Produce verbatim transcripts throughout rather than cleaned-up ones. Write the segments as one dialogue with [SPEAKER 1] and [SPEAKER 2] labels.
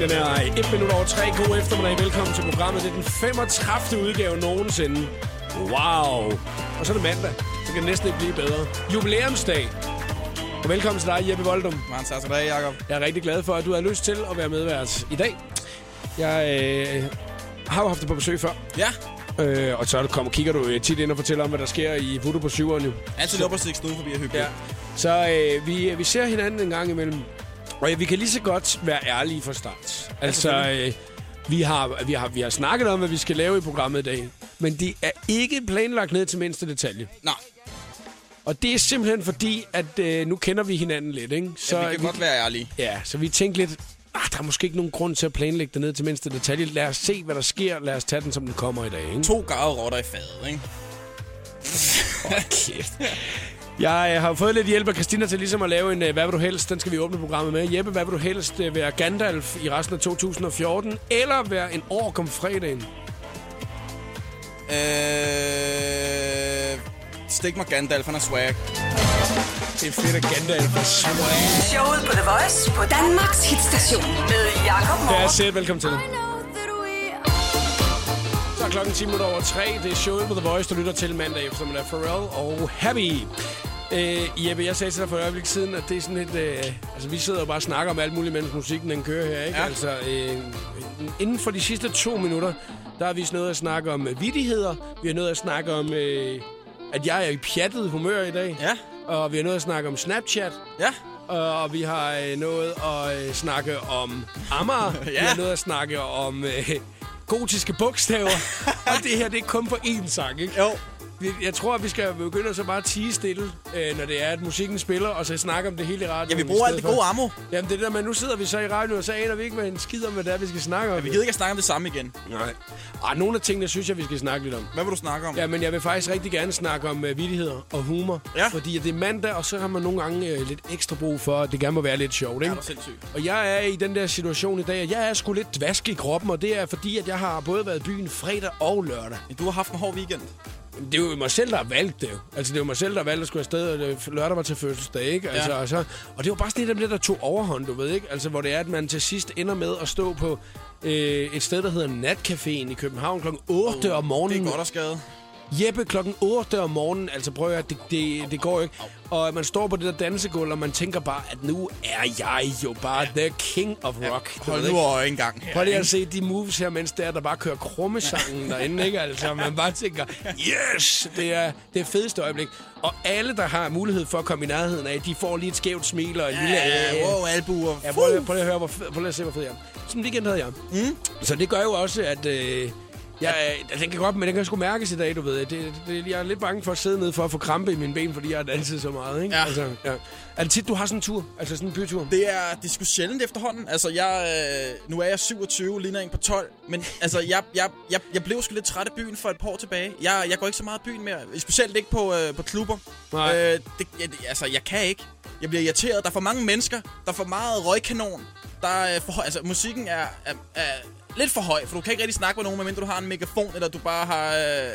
[SPEAKER 1] Klokken den er et minut over tre. God eftermiddag. Velkommen til programmet. Det er den femogtredivte udgave nogensinde. Wow. Og så er det mandag. Så kan det næsten ikke blive bedre. Jubilæumsdag. Og velkommen til dig, Jeppe Voldum.
[SPEAKER 2] Mange tak til dig, Jacob.
[SPEAKER 1] Jeg er rigtig glad for, at du har lyst til at være medvært i dag. Jeg øh, har jo haft dig på besøg før.
[SPEAKER 2] Ja.
[SPEAKER 1] Øh, og så kommer, kigger du tit ind og fortæller om, hvad der sker i Voodoo på syveren jo.
[SPEAKER 2] Altid løber sig snude forbi og hyggeligt.
[SPEAKER 1] Ja. Så øh, vi, vi ser hinanden en gang imellem. Og ja, vi kan lige så godt være ærlige fra start. Altså, øh, vi, har, vi, har, vi har snakket om, hvad vi skal lave i programmet i dag. Men det er ikke planlagt ned til mindste detalje.
[SPEAKER 2] Nej.
[SPEAKER 1] Og det er simpelthen fordi, at øh, nu kender vi hinanden lidt, ikke? Så
[SPEAKER 2] ja, vi kan vi, godt være ærlige.
[SPEAKER 1] Ja, så vi tænkte lidt, ah, der er måske ikke nogen grund til at planlægge det ned til mindste detalje. Lad os se, hvad der sker. Lad os tage den, som den kommer i dag, ikke?
[SPEAKER 2] To garvede rotter i fadet, ikke?
[SPEAKER 1] Åh, oh, kæft. Jeg har fået lidt hjælp af Christina til ligesom at lave en Hvad vil du helst? Den skal vi åbne programmet med. Jeppe, hvad vil du helst være Gandalf i resten af to tusind og fjorten? Eller være en ork om fredagen?
[SPEAKER 2] Øh... Stik mig Gandalf, han er swag.
[SPEAKER 1] Det er fedt, at Gandalf er swag.
[SPEAKER 3] Showet på The Voice på Danmarks hitstation med Jacob Morup.
[SPEAKER 1] Det er sæt, velkommen til. Så er klokken ti minutter over tre. Det er showet på The Voice, du lytter til mandag eftermiddag. Pharrell og Happy. Øh, Jeppe, jeg sagde til dig for et øjeblik siden, at det er sådan et... Øh, altså, vi sidder og bare snakker om alt muligt, mens musikken den kører her, ikke?
[SPEAKER 2] Ja.
[SPEAKER 1] Altså, øh, inden for de sidste to minutter, der har vi noget at snakke om vittigheder. Vi har noget at snakke om, øh, at jeg er i pjattet humør i dag.
[SPEAKER 2] Ja.
[SPEAKER 1] Og vi har noget at snakke om Snapchat.
[SPEAKER 2] Ja.
[SPEAKER 1] Og vi har øh, noget at øh, snakke om Amager.
[SPEAKER 2] Ja.
[SPEAKER 1] Vi har noget at snakke om... Øh, gotiske bogstaver. Og det her, det er kun på én sang, ikke?
[SPEAKER 2] Jo.
[SPEAKER 1] Jeg tror, at vi skal begynde at så bare tie stille, øh, når det er, at musikken spiller, og så snakke om det hele i radioen.
[SPEAKER 2] Ja, vi bruger alt det gode ammo.
[SPEAKER 1] Jamen, det der, men nu sidder vi så i radioen, og så aner vi ikke, hvad en skid om, hvad det er, vi skal snakke om.
[SPEAKER 2] Ja, vi gider ikke at snakke om det samme igen.
[SPEAKER 1] Nej. Ah, nogle af tingene synes jeg, vi skal snakke lidt om.
[SPEAKER 2] Hvad vil du snakke om?
[SPEAKER 1] Ja, men jeg vil faktisk rigtig gerne snakke om uh, vittigheder og humor.
[SPEAKER 2] Ja.
[SPEAKER 1] Fordi det er mandag, og så har man nogle gange uh, lidt ekstra brug for, at det gerne må være lidt sjovt, ikke?
[SPEAKER 2] Ja, det er sindssygt.
[SPEAKER 1] Og jeg er i den der situation i dag, at jeg er sgu lidt dvask i kroppen, og det er fordi, at jeg har både været i byen fredag og lørdag.
[SPEAKER 2] Du har haft en hård weekend.
[SPEAKER 1] Det er jo mig selv, der har valgt det jo. Altså, det er jo mig selv, der har valgt at skulle afsted, og det, lørdag var til fødselsdag, ikke? Altså, ja. og, så, og det var bare sådan et af dem, der tog overhånd, du ved, ikke? Altså, hvor det er, at man til sidst ender med at stå på øh, et sted, der hedder Natcaféen i København klokken otte oh, om morgenen.
[SPEAKER 2] Det er godt at skade.
[SPEAKER 1] Jeppe, klokken otte om morgenen, altså prøv at det, det, det går jo ikke. Og man står på det der dansegulv, og man tænker bare, at nu er jeg jo bare ja. the king of rock.
[SPEAKER 2] Ja, hold nu øje en gang her.
[SPEAKER 1] Prøv lige at se de moves her, mens det er, der bare kører krummesangen derinde, ikke? Altså, man bare tænker, yes, det er det fedeste øjeblik. Og alle, der har mulighed for at komme i nærheden af, de får lige et skævt smil og en
[SPEAKER 2] ja,
[SPEAKER 1] lille...
[SPEAKER 2] Ja, wow, albuer.
[SPEAKER 1] Ja, prøv, prøv lige at høre, hvor fed, prøv lige at se, hvor fed jeg er. Sådan en weekend havde jeg. Mm. Så det gør jo også, at... Øh, Ja, den kan godt, men den kan sgu mærkes i dag, du ved. Det, det, jeg er lidt bange for at sidde ned for at få krampe i mine ben, fordi jeg har danset så meget, ikke?
[SPEAKER 2] Ja.
[SPEAKER 1] Altså, ja. Er det tit, du har sådan en tur? Altså sådan en bytur?
[SPEAKER 2] Det er, det er sgu sjældent efterhånden. Altså, jeg, øh, nu er jeg syvogtyve, ligner en på tolv. Men altså, jeg, jeg, jeg, jeg blev sgu lidt træt af byen for et par år tilbage. Jeg, jeg går ikke så meget i byen mere. Specielt ikke på, øh, på klubber.
[SPEAKER 1] Nej.
[SPEAKER 2] Øh, det, jeg, altså, jeg kan ikke. Jeg bliver irriteret. Der er for mange mennesker. Der er for meget røgkanon. Der er for høj, altså, musikken er... er, er lidt for høj, for du kan ikke rigtig snakke med nogen, medmindre du har en megafon, eller du bare har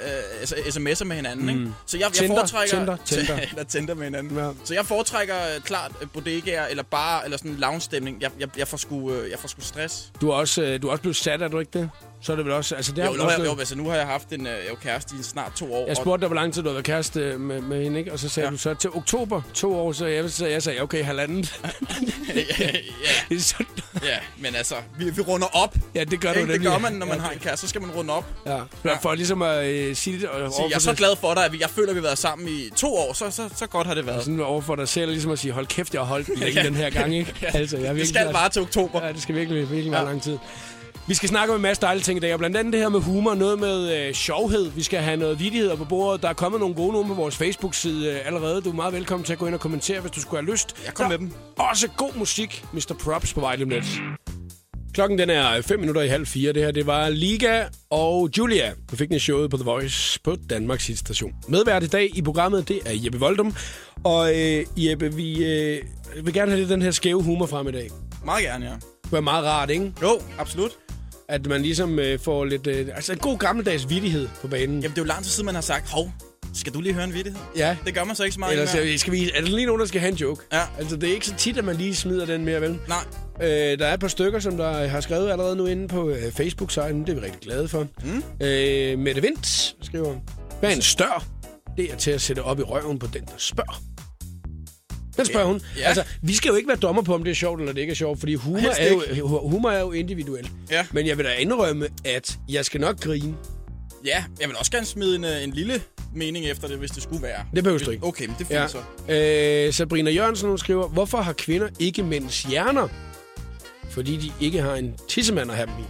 [SPEAKER 2] øh, øh, sms'er med hinanden, mm. ikke? Så jeg, jeg
[SPEAKER 1] Tinder,
[SPEAKER 2] foretrækker...
[SPEAKER 1] Tinder, Tinder.
[SPEAKER 2] eller Tinder med hinanden.
[SPEAKER 1] Ja.
[SPEAKER 2] Så jeg foretrækker øh, klart øh, bodegaer, eller bare, eller sådan en lounge-stemning. Jeg, jeg, jeg, får sgu, øh, jeg får sgu stress.
[SPEAKER 1] Du er også, øh, du er også blevet sat, er du ikke det? Så er det vel også... Altså, det
[SPEAKER 2] jo,
[SPEAKER 1] har
[SPEAKER 2] nu,
[SPEAKER 1] også
[SPEAKER 2] har, jo, altså, nu har jeg haft en øh, jo, kæreste i snart to år.
[SPEAKER 1] Jeg spurgte dig, hvor lang tid du har været kæreste med, med hende, ikke? Og så sagde ja. du så til oktober to år, så jeg, så jeg sagde, okay, halvandet.
[SPEAKER 2] ja, ja.
[SPEAKER 1] Det er sådan.
[SPEAKER 2] Ja, men altså, vi, vi runder op.
[SPEAKER 1] Ja, det gør du
[SPEAKER 2] nemlig. Det gør man, når man
[SPEAKER 1] ja,
[SPEAKER 2] har en kæreste, så skal man runde op.
[SPEAKER 1] Ja, for, for ligesom at øh, sige det. Og
[SPEAKER 2] så jeg er så glad for dig, at vi, jeg føler, at vi har været sammen i to år, så, så, så godt har det været.
[SPEAKER 1] Sådan over for dig selv, ligesom at sige, hold kæft, jeg har holdt den længe den her gang, ikke? Altså, jeg
[SPEAKER 2] det skal bare til oktober.
[SPEAKER 1] Ja, det skal virkelig, virkelig være
[SPEAKER 2] ja.
[SPEAKER 1] lang tid. Vi skal snakke om en masse dejlige ting i dag, og blandt andet det her med humor, noget med øh, sjovhed. Vi skal have noget vittigheder på bordet. Der er kommet nogle gode nogle på vores Facebook-side øh, allerede. Du er meget velkommen til at gå ind og kommentere, hvis du skulle have lyst.
[SPEAKER 2] Jeg kommer med dem.
[SPEAKER 1] Også god musik, mister Props på vej lige om lidt. Klokken den er fem minutter i halv fire. Det her, det var Liga og Julia på Fitness-showet på The Voice på Danmarks hitstation. Medvært i dag i programmet, det er Jeppe Voldum. Og øh, Jeppe, vi øh, vil gerne have lidt den her skæve humor frem i dag.
[SPEAKER 2] Meget gerne, ja.
[SPEAKER 1] Det er meget rart, ikke?
[SPEAKER 2] Jo, absolut.
[SPEAKER 1] At man ligesom øh, får lidt... Øh, altså en god gammeldags vittighed på banen.
[SPEAKER 2] Jamen, det er jo lang tid siden, man har sagt, hov, Skal du lige høre en vittighed?
[SPEAKER 1] Ja.
[SPEAKER 2] Det gør man så ikke så meget.
[SPEAKER 1] Ellers skal, skal vi, er der lige nogen, der skal have en joke?
[SPEAKER 2] Ja.
[SPEAKER 1] Altså, det er ikke så tit, at man lige smider den mere, vel?
[SPEAKER 2] Nej.
[SPEAKER 1] Øh, der er et par stykker, som der har skrevet allerede nu inde på øh, Facebook-siden. Det er vi rigtig glade for. Mm. Øh, Mette Vindt skriver, hvad er en stør? Det er til at sætte op i røven på den, der spørger. Den spørger hun.
[SPEAKER 2] Ja.
[SPEAKER 1] Altså, vi skal jo ikke være dommer på, om det er sjovt eller det ikke er sjovt, fordi humor, er jo, humor er jo individuel.
[SPEAKER 2] Ja.
[SPEAKER 1] Men jeg vil da indrømme, at jeg skal nok grine.
[SPEAKER 2] Ja, jeg vil også gerne smide en, en lille mening efter det, hvis det skulle være.
[SPEAKER 1] Det behøver du ikke.
[SPEAKER 2] Okay, men det er fint
[SPEAKER 1] ja. så. Øh, Sabrina Jørgensen, hun skriver, hvorfor har kvinder ikke mænds hjerner? Fordi de ikke har en tissemand at have dem i.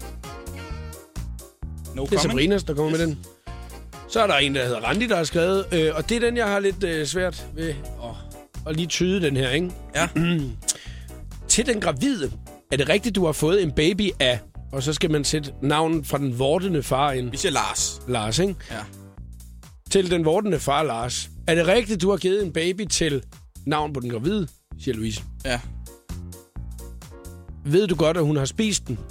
[SPEAKER 2] No
[SPEAKER 1] det er Sabrina, der kommer yes. med den. Så er der en, der hedder Randi, der har skrevet, øh, og det er den, jeg har lidt øh, svært ved at, at lige tyde den her, ikke?
[SPEAKER 2] Ja.
[SPEAKER 1] Til den gravide, er det rigtigt, du har fået en baby af, og så skal man sætte navnet fra den vortende far ind.
[SPEAKER 2] Vi siger Lars.
[SPEAKER 1] Lars, ikke?
[SPEAKER 2] Ja.
[SPEAKER 1] Til den vortende far, Lars. Er det rigtigt, du har givet en baby til navn på den gravide, siger Louise.
[SPEAKER 2] Ja.
[SPEAKER 1] Ved du godt, at hun har spist den?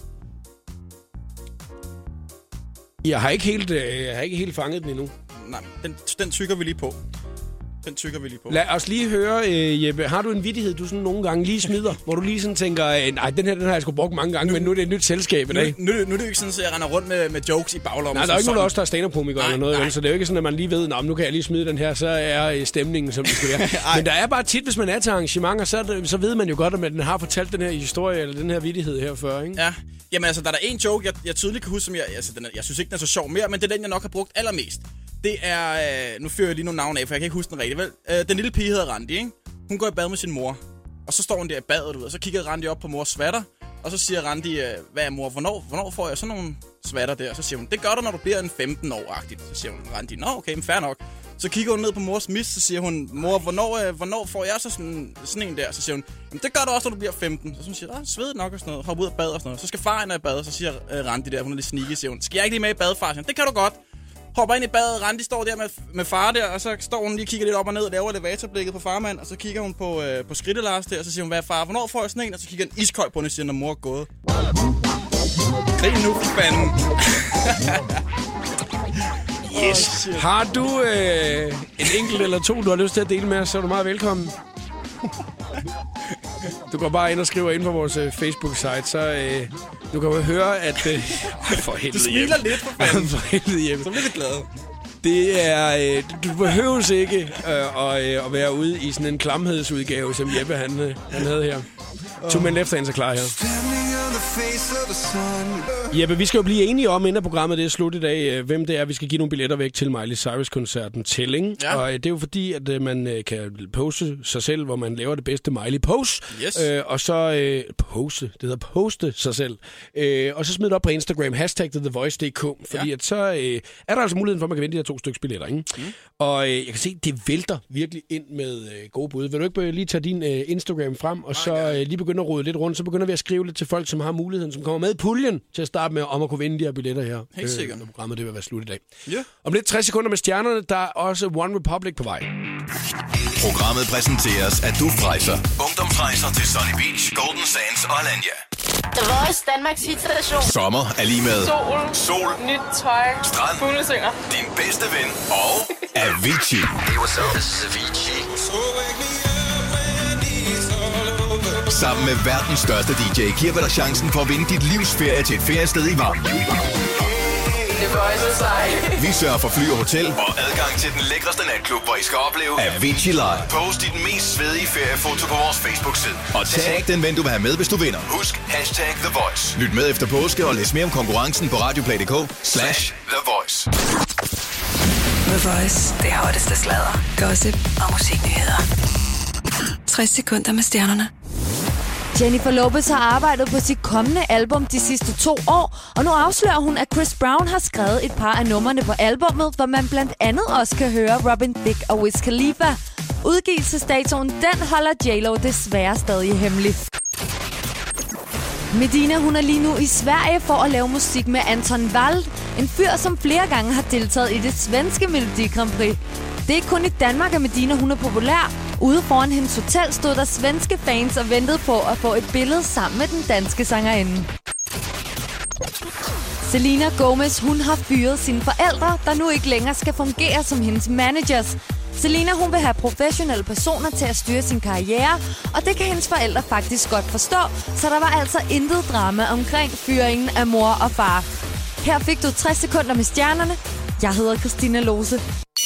[SPEAKER 1] Jeg har ikke helt, øh, jeg har ikke helt fanget den endnu.
[SPEAKER 2] Nej, den, den tykker vi lige på. Den tykker vi lige på.
[SPEAKER 1] Lad os lige høre, øh, Jeppe. Har du en vittighed, du sådan nogle gange lige smider? Hvor du lige sådan tænker, øh, nej, den her den har jeg sgu brugt mange gange, nu, men nu er det et nyt selskab i dag.
[SPEAKER 2] Nu, nu, nu er det jo ikke sådan, at jeg render rundt med, med jokes i baglommen.
[SPEAKER 1] Nej, der er ikke nogen, der også der er stand-up-komikere eller noget,
[SPEAKER 2] nej.
[SPEAKER 1] Så det er jo ikke sådan, at man lige ved, nu kan jeg lige smide den her, så er stemningen, som det skal være. Men der er bare tit, hvis man er til arrangementer, så, så ved man jo godt, at man har fortalt den her historie, eller den her vittighed her før, ikke?
[SPEAKER 2] Ja. Jamen altså, der er der en joke, jeg, jeg tydeligt kan huske, som jeg... Altså, den er, jeg synes ikke, den er så sjov mere, men det er den, jeg nok har brugt allermest. Det er... Øh, nu fører jeg lige nogle navne af, for jeg kan ikke huske den rigtigt, vel? Øh, den lille pige hedder Randi, ikke? Hun går i bad med sin mor. Og så står hun der i badet, du ved, og så kigger Randi op på mors svatter. Og så siger Randi, øh, hvad er mor, hvornår, hvornår får jeg sådan nogle svatter der? Og så siger hun, det gør du, når du bliver en femten år-agtigt. Så siger hun, Randi, nå okay, men fair nok. Så kigger hun ned på mors mis, så siger hun, mor, hvornår, øh, hvornår får jeg så sådan, sådan en der? Så siger hun, jamen det gør du også, når du bliver femten. Så hun siger, ah, sved nok og sådan noget, hop ud af bad og sådan noget. Så skal far ind i bad, så siger øh, Randi der, hun er lidt sneaky, siger hun, skal jeg ikke lige med i bad, far? Siger, det kan du godt. Hopper ind i badet, Randi står der med, med far der, og så står hun lige og kigger lidt op og ned og laver elevatorblikket på farmand, og så kigger hun på, øh, på skridte Lars der, og så siger hun, hvad er far, hvornår får jeg sådan en? Og så kigger han iskold på hende og siger, når mor er gået. Grin nu, for fanden.
[SPEAKER 1] Yes. Oh, har du øh, en enkelt eller to, du har lyst til at dele med os, så er du meget velkommen. Du går bare ind og skriver ind på vores øh, Facebook-site, så øh, du kan jo høre, at... Øh, for helvede,
[SPEAKER 2] du smiler lidt, for fanden.
[SPEAKER 1] For helvede, Jeppe.
[SPEAKER 2] Så bliver vi glade.
[SPEAKER 1] Det er... Øh, du behøver ikke øh, at, øh, at være ude i sådan en klamhedsudgave, som Jeppe han, øh, han havde her. To mænd efter en så klar her. Jeppe, vi skal jo blive enige om, inden programmet det er slut i dag, hvem det er, vi skal give nogle billetter væk til Miley Cyrus-koncerten til, ikke?
[SPEAKER 2] Ja.
[SPEAKER 1] Og det er jo fordi, at man kan poste sig selv, hvor man laver det bedste Miley-post.
[SPEAKER 2] Yes.
[SPEAKER 1] Øh, og så øh, poste, det hedder poste sig selv. Øh, og så smid det op på Instagram, hashtag The Voice punktum d k, fordi ja. at så øh, er der altså muligheden for, at man kan vinde de her to stykker billetter, ikke? Mm. Og øh, jeg kan se, det vælter virkelig ind med øh, gode bud. Vil du ikke lige tage din øh, Instagram frem, og så øh, lige begynde at rode lidt rundt, så begynder vi at skrive lidt til folk, som har muligheden, som kommer med i puljen til at starte med, om at kunne vinde de her billetter her.
[SPEAKER 2] Helt sikkert.
[SPEAKER 1] Øh, programmet det vil være slut i dag.
[SPEAKER 2] Ja.
[SPEAKER 1] Om lidt tres sekunder med stjernerne, der er også One Republic på vej.
[SPEAKER 4] Programmet præsenteres af Dufrejser. Ungdomsrejser til Sunny Beach, Golden Sands og Alanya.
[SPEAKER 5] The Voice, Danmarks hitstation.
[SPEAKER 4] Sommer er lige med
[SPEAKER 5] Sol,
[SPEAKER 4] Sol,
[SPEAKER 5] nyt tøj,
[SPEAKER 4] Strand,
[SPEAKER 5] fuglesynger,
[SPEAKER 4] din bedste ven og Avicii.
[SPEAKER 6] Hey, what's up? This is Avicii.
[SPEAKER 4] Sammen med verdens største D J giver vi dig chancen for at vinde dit livs ferie til et feriested i varm.
[SPEAKER 5] The Voice er sej.
[SPEAKER 4] Vi sørger for fly og hotel og adgang til den lækreste natklub, hvor I skal opleve Avicii Live. Post dit mest svedige feriefoto på vores Facebook-side. Og tag den ven, du vil have med, hvis du vinder. Husk hashtag The Voice. Lyt med efter påske og læs mere om konkurrencen på radioplay punktum d k slash The Voice.
[SPEAKER 3] The Voice. Det hotteste sladder, gossip og musiknyheder. tres sekunder med stjernerne.
[SPEAKER 7] Jennifer Lopez har arbejdet på sit kommende album de sidste to år, og nu afslører hun, at Chris Brown har skrevet et par af numrene på albummet, hvor man blandt andet også kan høre Robin Thicke og Wiz Khalifa. Udgivelsesdatoen, den holder J Lo desværre stadig hemmelig. Medina, hun er lige nu i Sverige for at lave musik med Anton Wald, en fyr, som flere gange har deltaget i det svenske Melodi Grand Prix. Det er ikke kun i Danmark, at Medina hun er populær. Ude foran hendes hotel stod der svenske fans og ventede på at få et billede sammen med den danske sangerinde. Selena Gomez, hun har fyret sine forældre, der nu ikke længere skal fungere som hendes managers. Selena, hun vil have professionelle personer til at styre sin karriere, og det kan hendes forældre faktisk godt forstå, så der var altså intet drama omkring fyringen af mor og far. Her fik du tres sekunder med stjernerne. Jeg hedder Christina Lose.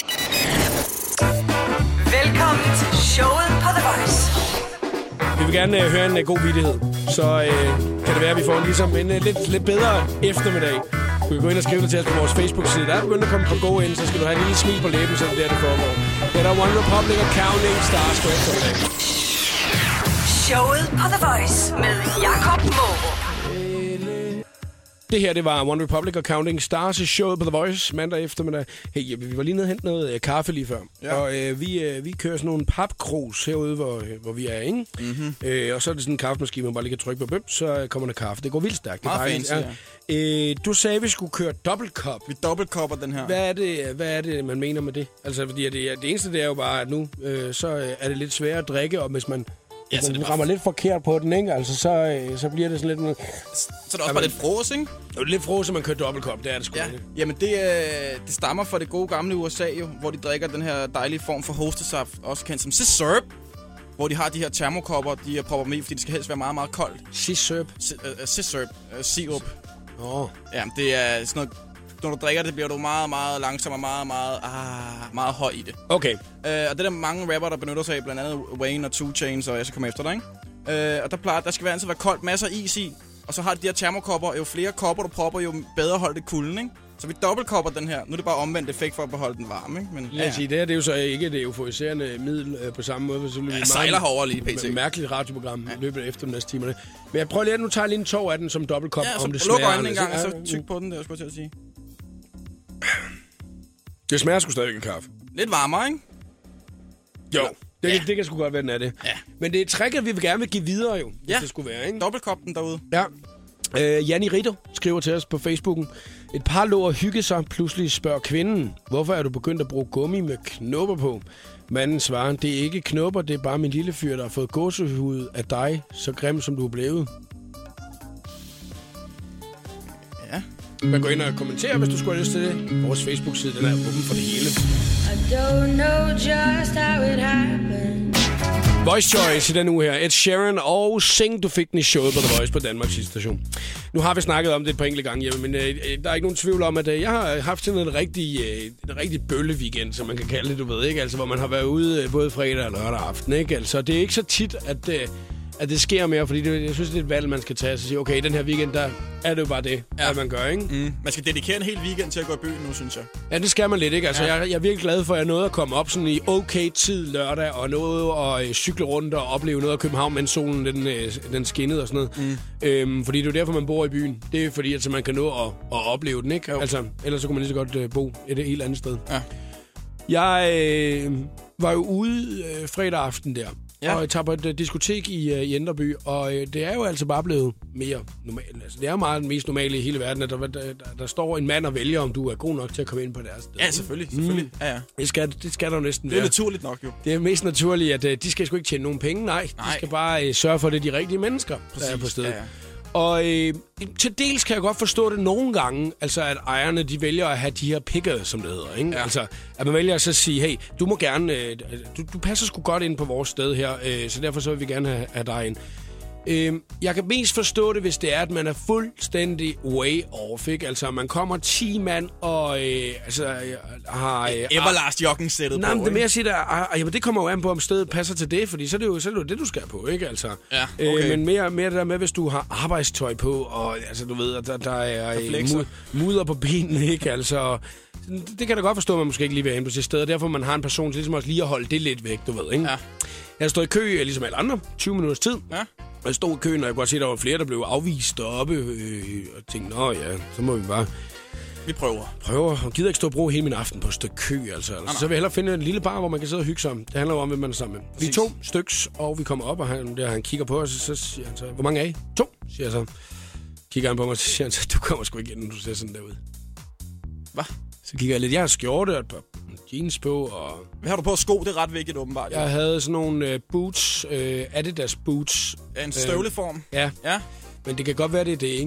[SPEAKER 3] Velkommen til showet på The Voice.
[SPEAKER 1] Vi vil gerne uh, høre en uh, god vittighed, så uh, kan det være, at vi får ligesom en uh, lidt, lidt bedre eftermiddag. Du kan gå ind og skrive det til os på vores Facebook-side. Der er begyndt at komme på god ind, så skal du have en lille smil på læben, så det er det foregår. Det er der One Republic og Counting Stars på eftermiddag.
[SPEAKER 3] Showet på The Voice med Jakob Morup.
[SPEAKER 1] Det her, det var One Republic og Counting Stars i showet på The Voice mandag eftermiddag. Hey, vi var lige nede og hente noget øh, kaffe lige før. Ja. Og øh, vi, øh, vi kører sådan nogle papkrus herude, hvor, øh, hvor vi er, ikke? Mm-hmm. Øh, og så er det sådan en kaffemaskine, man bare lige kan trykke på bøm, så kommer der kaffe. Det går vildt stærkt. Det er
[SPEAKER 2] meget fancy,
[SPEAKER 1] ja. øh, Du sagde, at vi skulle køre dobbeltkop.
[SPEAKER 2] Vi dobbeltkopper den her.
[SPEAKER 1] Hvad er det, hvad er det man mener med det? Altså, fordi det, det eneste, det er jo bare, at nu øh, så øh, er det lidt sværere at drikke, og hvis man... Ja, hvis man rammer lidt forkert på den, ikke? Altså, så, øh, så bliver det sådan lidt...
[SPEAKER 2] Så er det også bare lidt fros, ikke?
[SPEAKER 1] Det er lidt fros, at man kører dobbeltkop, det er det sgu
[SPEAKER 2] ja.
[SPEAKER 1] ikke.
[SPEAKER 2] Jamen, det, øh, det stammer fra det gode gamle U S A, jo, hvor de drikker den her dejlige form for hostesaft, også kendt som scissor, hvor de har de her termokopper, de er propper med i, fordi det skal helst være meget, meget koldt.
[SPEAKER 1] Scissor?
[SPEAKER 2] Scissor. Sirup.
[SPEAKER 1] Åh. Ja,
[SPEAKER 2] det er sådan noget... Når du drikker det, bliver du meget, meget langsom og meget, meget, ah, meget høj i det.
[SPEAKER 1] Okay.
[SPEAKER 2] Øh, og det er der mange rapper, der benytter sig af, blandt andet Wayne og Two Chainz, og jeg skal komme efter dig, ikke? Øh, og der plejer, der skal altid være koldt, masser af is i, og så har de de her termokopper. Jo flere kopper du propper, jo bedre holder det kulden, ikke? Så vi dobbeltkopper den her. Nu er det bare omvendt effekt for at beholde den varm, ikke? Men,
[SPEAKER 1] ja, ja. Sige, det her det er jo så ikke det euforiserende middel øh, på samme måde. Så
[SPEAKER 2] ja, jeg sejler herovre lige, P T.
[SPEAKER 1] Et mærkeligt radioprogram ja. løbet efter den næste timerne. Men jeg prøver lige at nu tager jeg lige en tår af den som dobbeltkop,
[SPEAKER 2] ja,
[SPEAKER 1] om det
[SPEAKER 2] smager. Ja, så luk
[SPEAKER 1] øjnene
[SPEAKER 2] en gang, og så tyk på den, det er jeg skulle til at sige.
[SPEAKER 1] Det smager sgu stadig en kaffe.
[SPEAKER 2] Lidt varmere, ikke?
[SPEAKER 1] Jo, det, ja. det, det kan sgu godt være, den er det.
[SPEAKER 2] Ja.
[SPEAKER 1] Men det er tricket, vi vil gerne vil give videre jo, hvis
[SPEAKER 2] ja.
[SPEAKER 1] det skulle være, ikke?
[SPEAKER 2] Dobbeltkop den derude.
[SPEAKER 1] Ja. Øh, Janni Ritter skriver til os på Facebooken. Et par lå og hygge sig, pludselig spørger kvinden, hvorfor er du begyndt at bruge gummi med knopper på? Manden svarer, det er ikke knopper, det er bare min lille fyr, der har fået gåsehud af dig, så grim som du er blevet.
[SPEAKER 2] Ja.
[SPEAKER 1] Man går ind og kommenterer, hvis du skulle have lyst til det. Vores Facebook-side, den er åben for det hele.
[SPEAKER 8] I don't know just how it happened.
[SPEAKER 1] Voice Choice i den uge her. Ed Sheeran og Sing, du fik den i showet på The Voice på Danmarks station. Nu har vi snakket om det et par enkelte gange hjemme, men øh, der er ikke nogen tvivl om, at øh, jeg har haft sådan en rigtig, øh, en rigtig bølle-weekend, som man kan kalde det, du ved, ikke? Altså, hvor man har været ude øh, både fredag og lørdag aften, ikke? Altså, det er ikke så tit, at... Øh, at det sker mere, fordi det, jeg synes, det er et valg, man skal tage og sige, okay, den her weekend, der er det jo bare det, ja. At man gør, ikke?
[SPEAKER 2] Mm. Man skal dedikere en hel weekend til at gå i byen nu, synes jeg.
[SPEAKER 1] Ja, det skal man lidt, ikke? Altså, ja. jeg, jeg er virkelig glad for, at jeg nåede at komme op sådan i okay tid lørdag, og nåede at øh, cykle rundt og opleve noget af København, mens solen den, øh, den skinnede og sådan noget. Mm. Øhm, fordi det er jo derfor, man bor i byen. Det er fordi, altså, man kan nå at, at opleve den, ikke? Jo. Altså, ellers så kunne man lige så godt øh, bo et helt andet sted.
[SPEAKER 2] Ja.
[SPEAKER 1] Jeg øh, var jo ude øh, fredag aften der. Ja. Og jeg tager på et uh, diskotek i, uh, i Indreby, og uh, det er jo altså bare blevet mere normalt. Altså, det er jo meget den mest normale i hele verden, at der, der, der, der står en mand og vælger, om du er god nok til at komme ind på deres sted.
[SPEAKER 2] Ja, selvfølgelig. selvfølgelig. Mm. Ja, ja.
[SPEAKER 1] Det, skal, det skal der jo næsten
[SPEAKER 2] være. Det er
[SPEAKER 1] være.
[SPEAKER 2] naturligt nok, jo.
[SPEAKER 1] Det er mest naturligt, at uh, de skal sgu ikke tjene nogen penge. Nej, Nej. De skal bare uh, sørge for, at det er de rigtige mennesker, Præcis. Der er på stedet. Ja, ja. Og øh, til dels kan jeg godt forstå det nogle gange, altså at ejerne, de vælger at have de her picker, som det hedder, ikke? Ja. Altså, at man vælger at så sige, hey, du må gerne, øh, du, du passer sgu godt ind på vores sted her, øh, så derfor så vil vi gerne have, have dig ind. Øh, jeg kan mest forstå det, hvis det er, at man er fuldstændig way off, ikke? Altså, man kommer ti mand og øh, altså, har... Øh,
[SPEAKER 2] Everlast jogging-sættet
[SPEAKER 1] nej,
[SPEAKER 2] på,
[SPEAKER 1] men det mere at sige, der, ah, jamen, det kommer jo an på, om stedet passer til det, fordi så er det jo, så er det, jo det, du skal på, ikke? Altså,
[SPEAKER 2] ja, okay.
[SPEAKER 1] øh, men mere, mere det der med, hvis du har arbejdstøj på, og altså, du ved, at der, der er der mudder på benene, ikke? Altså... Det kan da godt forstå, at man måske ikke lige vil have ind på sit sted, og derfor man har en person til ligesom også lige at holde det lidt væk, du ved, ikke?
[SPEAKER 2] Ja.
[SPEAKER 1] Jeg stod i kø, ligesom alle andre, tyve minutters tid.
[SPEAKER 2] Ja.
[SPEAKER 1] Og jeg stod i køen, og jeg kunne godt se, at der var flere, der blev afvist deroppe, øh, og tænkte, nå ja, så må vi bare...
[SPEAKER 2] Vi prøver.
[SPEAKER 1] Prøver, og gider ikke stå og bruge hele min aften på et stykke kø, altså. altså så vil jeg hellere finde en lille bar, hvor man kan sidde og hygge sig. Det handler jo om, hvem man er sammen med. Præcis. Vi er to styks, og vi kommer op, og han, der, han kigger på os, og så siger han så, hvor mange er I? To, siger jeg så. Kigger han på mig, og så siger han så, du kommer sgu ikke ind, når du ser sådan derude.
[SPEAKER 2] Hvad?
[SPEAKER 1] Så kigger jeg lidt, jeg har skjorte og et par jeans på, og...
[SPEAKER 2] Hvad har du på sko? Det er ret vigtigt, åbenbart.
[SPEAKER 1] Jeg havde sådan nogle uh, boots, uh, Adidas boots.
[SPEAKER 2] En støvleform?
[SPEAKER 1] Uh, ja.
[SPEAKER 2] Ja.
[SPEAKER 1] Men det kan godt være, det er det, ikke?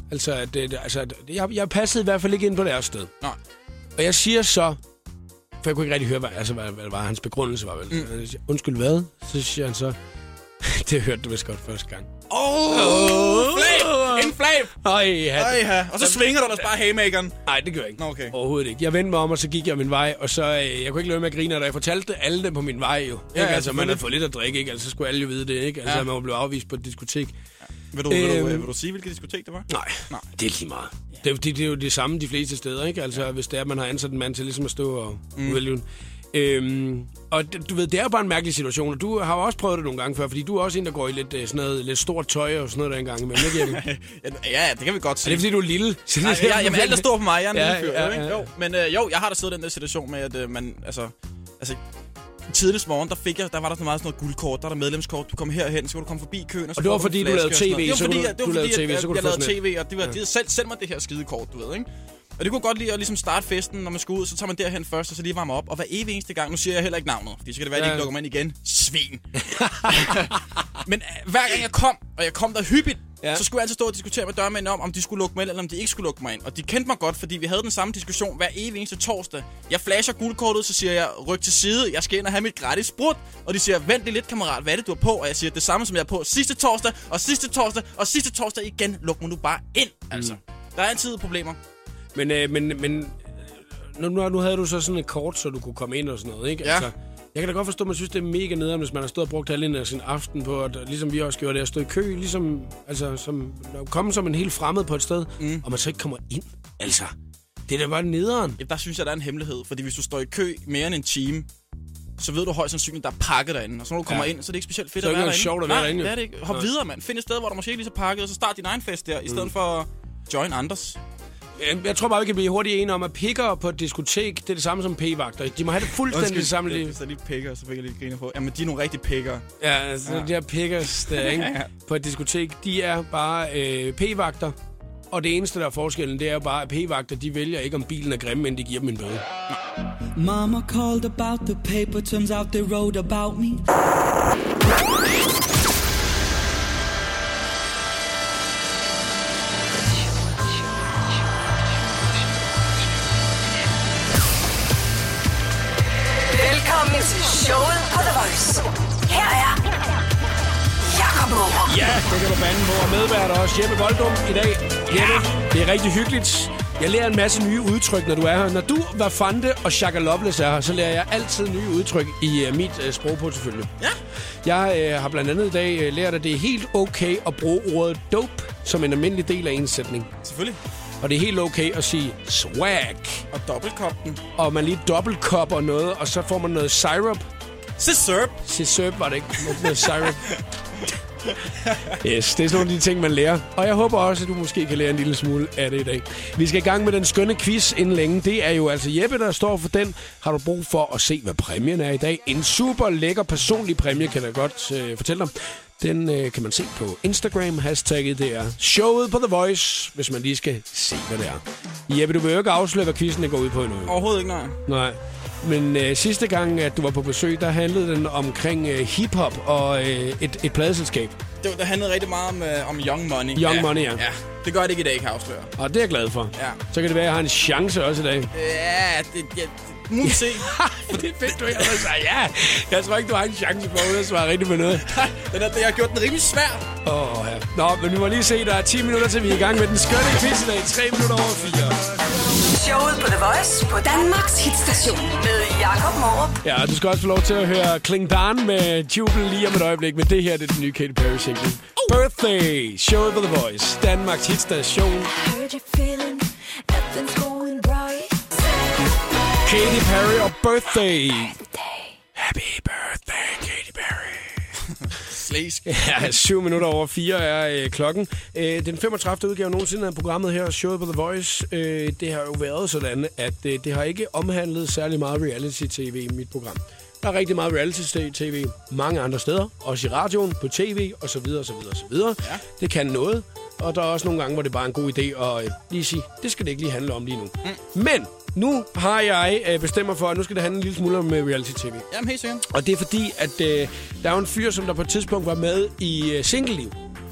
[SPEAKER 1] Altså, at, det, altså jeg, jeg passede i hvert fald ikke ind på deres sted.
[SPEAKER 2] Nej.
[SPEAKER 1] Og jeg siger så, for jeg kunne ikke rigtig høre, hvad, altså, hvad, hvad var hans begrundelse var vel. Mm. Jeg siger, undskyld hvad? Så siger han så, det hørte du vist godt første gang.
[SPEAKER 2] Åh, oh, flab! En flab!
[SPEAKER 1] Øj, ja.
[SPEAKER 2] Øj, ja. Og så svinger du ellers bare haymakeren.
[SPEAKER 1] Nej, det gør jeg ikke.
[SPEAKER 2] Nå, okay.
[SPEAKER 1] Overhovedet ikke. Jeg vendte mig om, og så gik jeg min vej, og så, øh, jeg kunne ikke løbe med at grine, da jeg fortalte alle dem på min vej jo.
[SPEAKER 2] Ja,
[SPEAKER 1] ikke?
[SPEAKER 2] ja,
[SPEAKER 1] Altså, man havde fået lidt at drikke, ikke? Altså, så skulle alle jo vide det, ikke? Altså, ja. Man var blevet afvist på et diskotek. Ja.
[SPEAKER 2] Vil, du, øhm, vil, du, vil du sige, hvilket diskotek det var?
[SPEAKER 1] Nej, nej. Det er lige meget. Ja. Det, det, det er jo det samme de fleste steder, ikke? Altså, ja. Hvis det er, at man har ansat en mand til ligesom at stå og mm. udvælge. Øhm, og du ved, det er jo bare en mærkelig situation, og du har jo også prøvet det nogle gange før, fordi du er også en, der går i lidt, sådan noget, lidt stort tøj og sådan noget der engang imellem, ikke Jeppe?
[SPEAKER 2] Ja, det kan vi godt sige.
[SPEAKER 1] Er det fordi, du er lille?
[SPEAKER 2] Nej, ja, jamen alt er stort på mig, jeg er en
[SPEAKER 1] ja,
[SPEAKER 2] lille fyr.
[SPEAKER 1] Ja, ja, ja.
[SPEAKER 2] Jo, men øh, jo, jeg har da siddet i den der situation med, at øh, man, altså, altså tidligst morgen, der fik jeg, der var der så meget sådan noget guldkort, der er der medlemskort, du kom herhen, så kunne du komme forbi køen, og så
[SPEAKER 1] og det var fordi, du lavede tv,
[SPEAKER 2] så kunne du,
[SPEAKER 1] det var fordi,
[SPEAKER 2] at,
[SPEAKER 1] tv,
[SPEAKER 2] jeg,
[SPEAKER 1] så kunne
[SPEAKER 2] jeg
[SPEAKER 1] du
[SPEAKER 2] lavede tv, og det var,
[SPEAKER 1] ja.
[SPEAKER 2] det, selv, selv mig det her skidekort, du ved, ikke? Og det kunne godt lide at ligesom starte festen, når man skal ud, så tager man derhen først, og så lige varme op. Og hver evig eneste gang, nu siger jeg heller ikke navnet, fordi så kan det være, at de ikke lukker mig ind igen. Svin! Men uh, hver gang jeg kom, og jeg kom der hyppigt, ja. Så skulle jeg altid stå og diskutere med dørmændene om, om de skulle lukke mig ind, eller om de ikke skulle lukke mig ind. Og de kendte mig godt, fordi vi havde den samme diskussion hver evig eneste torsdag. Jeg flasher guldkortet, så siger jeg, ryk til side, jeg skal ind og have mit gratis sprut. Og de siger, vent lidt kammerat, hvad er det du er på? Og jeg siger, det samme som jeg er på sidste torsdag, og sidste torsdag, og sidste torsdag igen. Luk mig nu bare ind, altså. Mm. Der er altid problemer.
[SPEAKER 1] Men, øh, men, men nu, nu havde du så sådan et kort, så du kunne komme ind og sådan noget, ikke?
[SPEAKER 2] Ja. Altså,
[SPEAKER 1] jeg kan da godt forstå, at man synes, det er mega nederen, hvis man har stået og brugt halvdelen af sin aften på, at, ligesom vi også gjorde det, at stå i kø, ligesom, altså, som, komme som en helt fremmed på et sted, mm. og man så ikke kommer ind. Altså, det er da bare nederen.
[SPEAKER 2] Ja, der synes jeg, der er en hemmelighed, fordi hvis du står i kø mere end en time, så ved du højst sandsynligt, der er pakket derinde. Og så når du kommer ja. ind, så er det ikke specielt fedt
[SPEAKER 1] så
[SPEAKER 2] at være derinde.
[SPEAKER 1] Så er det ikke sjovt at være derinde.
[SPEAKER 2] Nej, det er det ikke. Hop videre, mand. Find et sted, hvor der måske ikke lige så pakket, og så start din egen fest der, i stedet mm. for at join andres.
[SPEAKER 1] Jeg tror bare, vi kan blive hurtigt enige om, at picker på et diskotek, det er det samme som p-vagter. De må have det fuldstændig det samme liv.
[SPEAKER 2] Hvis der lige picker, så fik jeg lige griner på. Jamen, de er nogle rigtige picker.
[SPEAKER 1] Ja, altså ja. De her pickers der, ikke? Ja. På et diskotek, de er bare øh, p-vagter. Og det eneste, der er forskellen, det er jo bare, at p-vagter, de vælger ikke, om bilen er grimme, men de giver dem en bøde.
[SPEAKER 9] Mama called about the paper, turns out they wrote about me.
[SPEAKER 3] Velkommen til showet på The Voice. Her er Jakob Morup.
[SPEAKER 1] Ja, det kan du bande på. Og medvært også Jeppe Voldum i dag. Jeppe, det er rigtig hyggeligt. Jeg lærer en masse nye udtryk, når du er her. Når du, Vafante og Shaka Loveless er her, så lærer jeg altid nye udtryk i uh, mit uh, sprogportefølje.
[SPEAKER 2] Ja.
[SPEAKER 1] Jeg uh, har blandt andet i dag uh, lært, at det er helt okay at bruge ordet dope som en almindelig del af en sætning.
[SPEAKER 2] Selvfølgelig.
[SPEAKER 1] Og det er helt okay at sige swag.
[SPEAKER 2] Og dobbeltkop den.
[SPEAKER 1] Og man lige dobbeltkopper noget, og så får man noget syrup.
[SPEAKER 2] Syrup.
[SPEAKER 1] Syrup var det ikke. Noget syrup. Yes, det er sådan nogle af de ting, man lærer. Og jeg håber også, at du måske kan lære en lille smule af det i dag. Vi skal i gang med den skønne quiz inden længe. Det er jo altså Jeppe, der står for den. Har du brug for at se, hvad præmien er i dag? En super lækker personlig præmie, kan jeg godt øh, fortælle dig. Den øh, kan man se på Instagram. Hashtagget det er showet på The Voice, hvis man lige skal se, hvad det er. Jeppe, du vil jo ikke afsløre, hvad quizzen går ud på endnu.
[SPEAKER 2] Overhovedet ikke, nej.
[SPEAKER 1] Nej. Men øh, sidste gang, at du var på besøg, der handlede den omkring øh, hiphop og øh, et, et pladeselskab.
[SPEAKER 2] Det, det handlede rigtig meget om, øh, om Young Money.
[SPEAKER 1] Young
[SPEAKER 2] ja.
[SPEAKER 1] Money, ja.
[SPEAKER 2] ja. Det gør det ikke i dag, kan jeg afsløre.
[SPEAKER 1] Og det er jeg glad for.
[SPEAKER 2] Ja.
[SPEAKER 1] Så kan det være, at jeg har en chance også i dag.
[SPEAKER 2] Ja, det... Ja, nu må vi se.
[SPEAKER 1] Det er fedt, du ikke har sagt ja. Jeg tror ikke, du har en chance for at svare rigtigt med noget.
[SPEAKER 2] Nej, den er, jeg har gjort den rimelig svær.
[SPEAKER 1] Åh, oh, ja. Nå, men vi må lige se, der er ti minutter til, vi er i gang med den skønne quiz i dag. tre minutter over fire.
[SPEAKER 3] Showet på The Voice på Danmarks hitstation med Jakob Morup.
[SPEAKER 1] Ja, du skal også få lov til at høre Kling Dan med Jubel lige om et øjeblik. Men det her, det er den nye Katy Perry single. Uh. Birthday, showet på The Voice, Danmarks hitstation. Katy Perry og Birthday. Happy birthday, Katy Perry.
[SPEAKER 2] Slæsk.
[SPEAKER 1] Ja, syv minutter over fire er øh, klokken. Øh, den femogtredivte udgave nogensinde af programmet her, showet på The Voice. Øh, det har jo været sådan, at øh, det har ikke omhandlet særlig meget reality-tv i mit program. Der er rigtig meget reality-tv mange andre steder. Også i radioen, på tv, og så videre, og så videre, og så videre. Ja. Det kan noget. Og der er også nogle gange, hvor det bare er en god idé at øh, lige sige, det skal det ikke lige handle om lige nu. Mm. Men nu har jeg øh, bestemmer for, at nu skal det handle en lille smule om øh, reality-tv.
[SPEAKER 2] Jamen helt sikkert.
[SPEAKER 1] Og det er fordi, at øh, der er jo en fyr, som der på et tidspunkt var med i øh, Single-liv.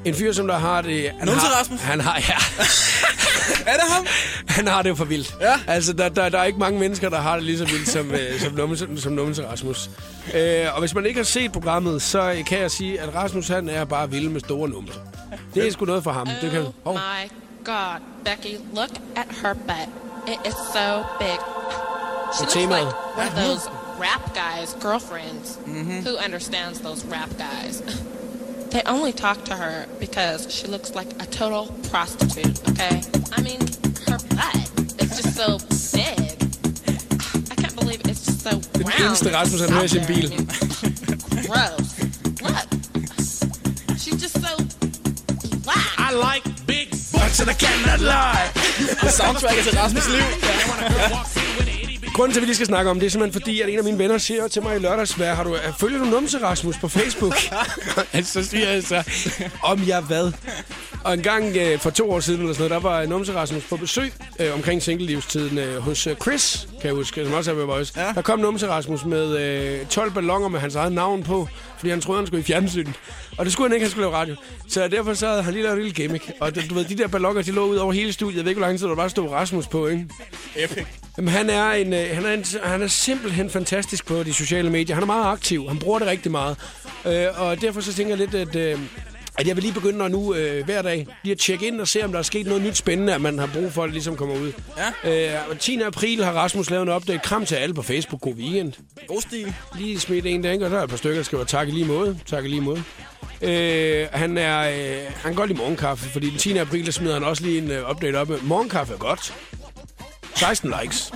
[SPEAKER 1] En fyr, som der har det... Han
[SPEAKER 2] Numse
[SPEAKER 1] har,
[SPEAKER 2] Rasmus?
[SPEAKER 1] Han har, ja.
[SPEAKER 2] Er det ham?
[SPEAKER 1] Han har det jo for vildt.
[SPEAKER 2] Ja.
[SPEAKER 1] Altså, der, der, der er ikke mange mennesker, der har det lige så vildt som, øh, som, numse, som Numse Rasmus. Øh, og hvis man ikke har set programmet, så kan jeg sige, at Rasmus, han er bare vild med store numse. Det er sgu noget for ham.
[SPEAKER 10] Oh
[SPEAKER 1] det kan...
[SPEAKER 10] oh. my god, Becky, look at her butt. It is so big. She looks like one of those rap guys' girlfriends. Mm-hmm. Who understands those rap guys? They only talk to her because she looks like a total prostitute, okay? I mean, her butt is just so big. I can't believe it's just so round.
[SPEAKER 1] Det eneste Rasmus, han hører i sin bil.
[SPEAKER 10] I mean, gross. Look. She's just so black.
[SPEAKER 1] I like big butts and I cannot lie.
[SPEAKER 2] Det soundtracket til Rasmus' liv.
[SPEAKER 1] Grunden til, at vi lige skal snakke om det, er simpelthen fordi, at en af mine venner siger til mig i lørdags, hvad har du, følger du Numse Rasmus på Facebook? Altså, så siger jeg så, om jeg hvad? Og en gang øh, for to år siden, eller sådan noget, der var Numse Rasmus på besøg øh, omkring single-livstiden øh, hos øh, Chris, kan jeg huske, som også er ved Voice. Ja. Der kom Numse Rasmus med øh, tolv balloner med hans eget navn på, fordi han troede, han skulle i fjernsynet. Og det skulle han ikke, han skulle lave radio. Så derfor så havde han lige lavet en lille gimmick. Og du ved, de der balloner, de lå ud over hele studiet. Jeg ved ikke, hvor lang tid der bare stod Rasmus på, ikke?
[SPEAKER 2] Epic.
[SPEAKER 1] Jamen, han er, en, øh, han, er en, han er simpelthen fantastisk på de sociale medier. Han er meget aktiv. Han bruger det rigtig meget. Øh, og derfor så tænker jeg lidt, at, øh, at jeg vil lige begynde at nu øh, hver dag lige at tjekke ind og se, om der er sket noget nyt spændende, at man har brug for, at det ligesom kommer ud. Ja. Øh, tiende april har Rasmus lavet en update. Kram til alle på Facebook. God weekend.
[SPEAKER 2] God stil.
[SPEAKER 1] Lige smidt en dag, og der er et par stykker, der skriver tak i lige måde. Tak i lige måde. Øh, han er øh, han kan godt lide morgenkaffe, fordi den tiende april, der smider han også lige en øh, update op med, morgenkaffe er godt. seksten likes.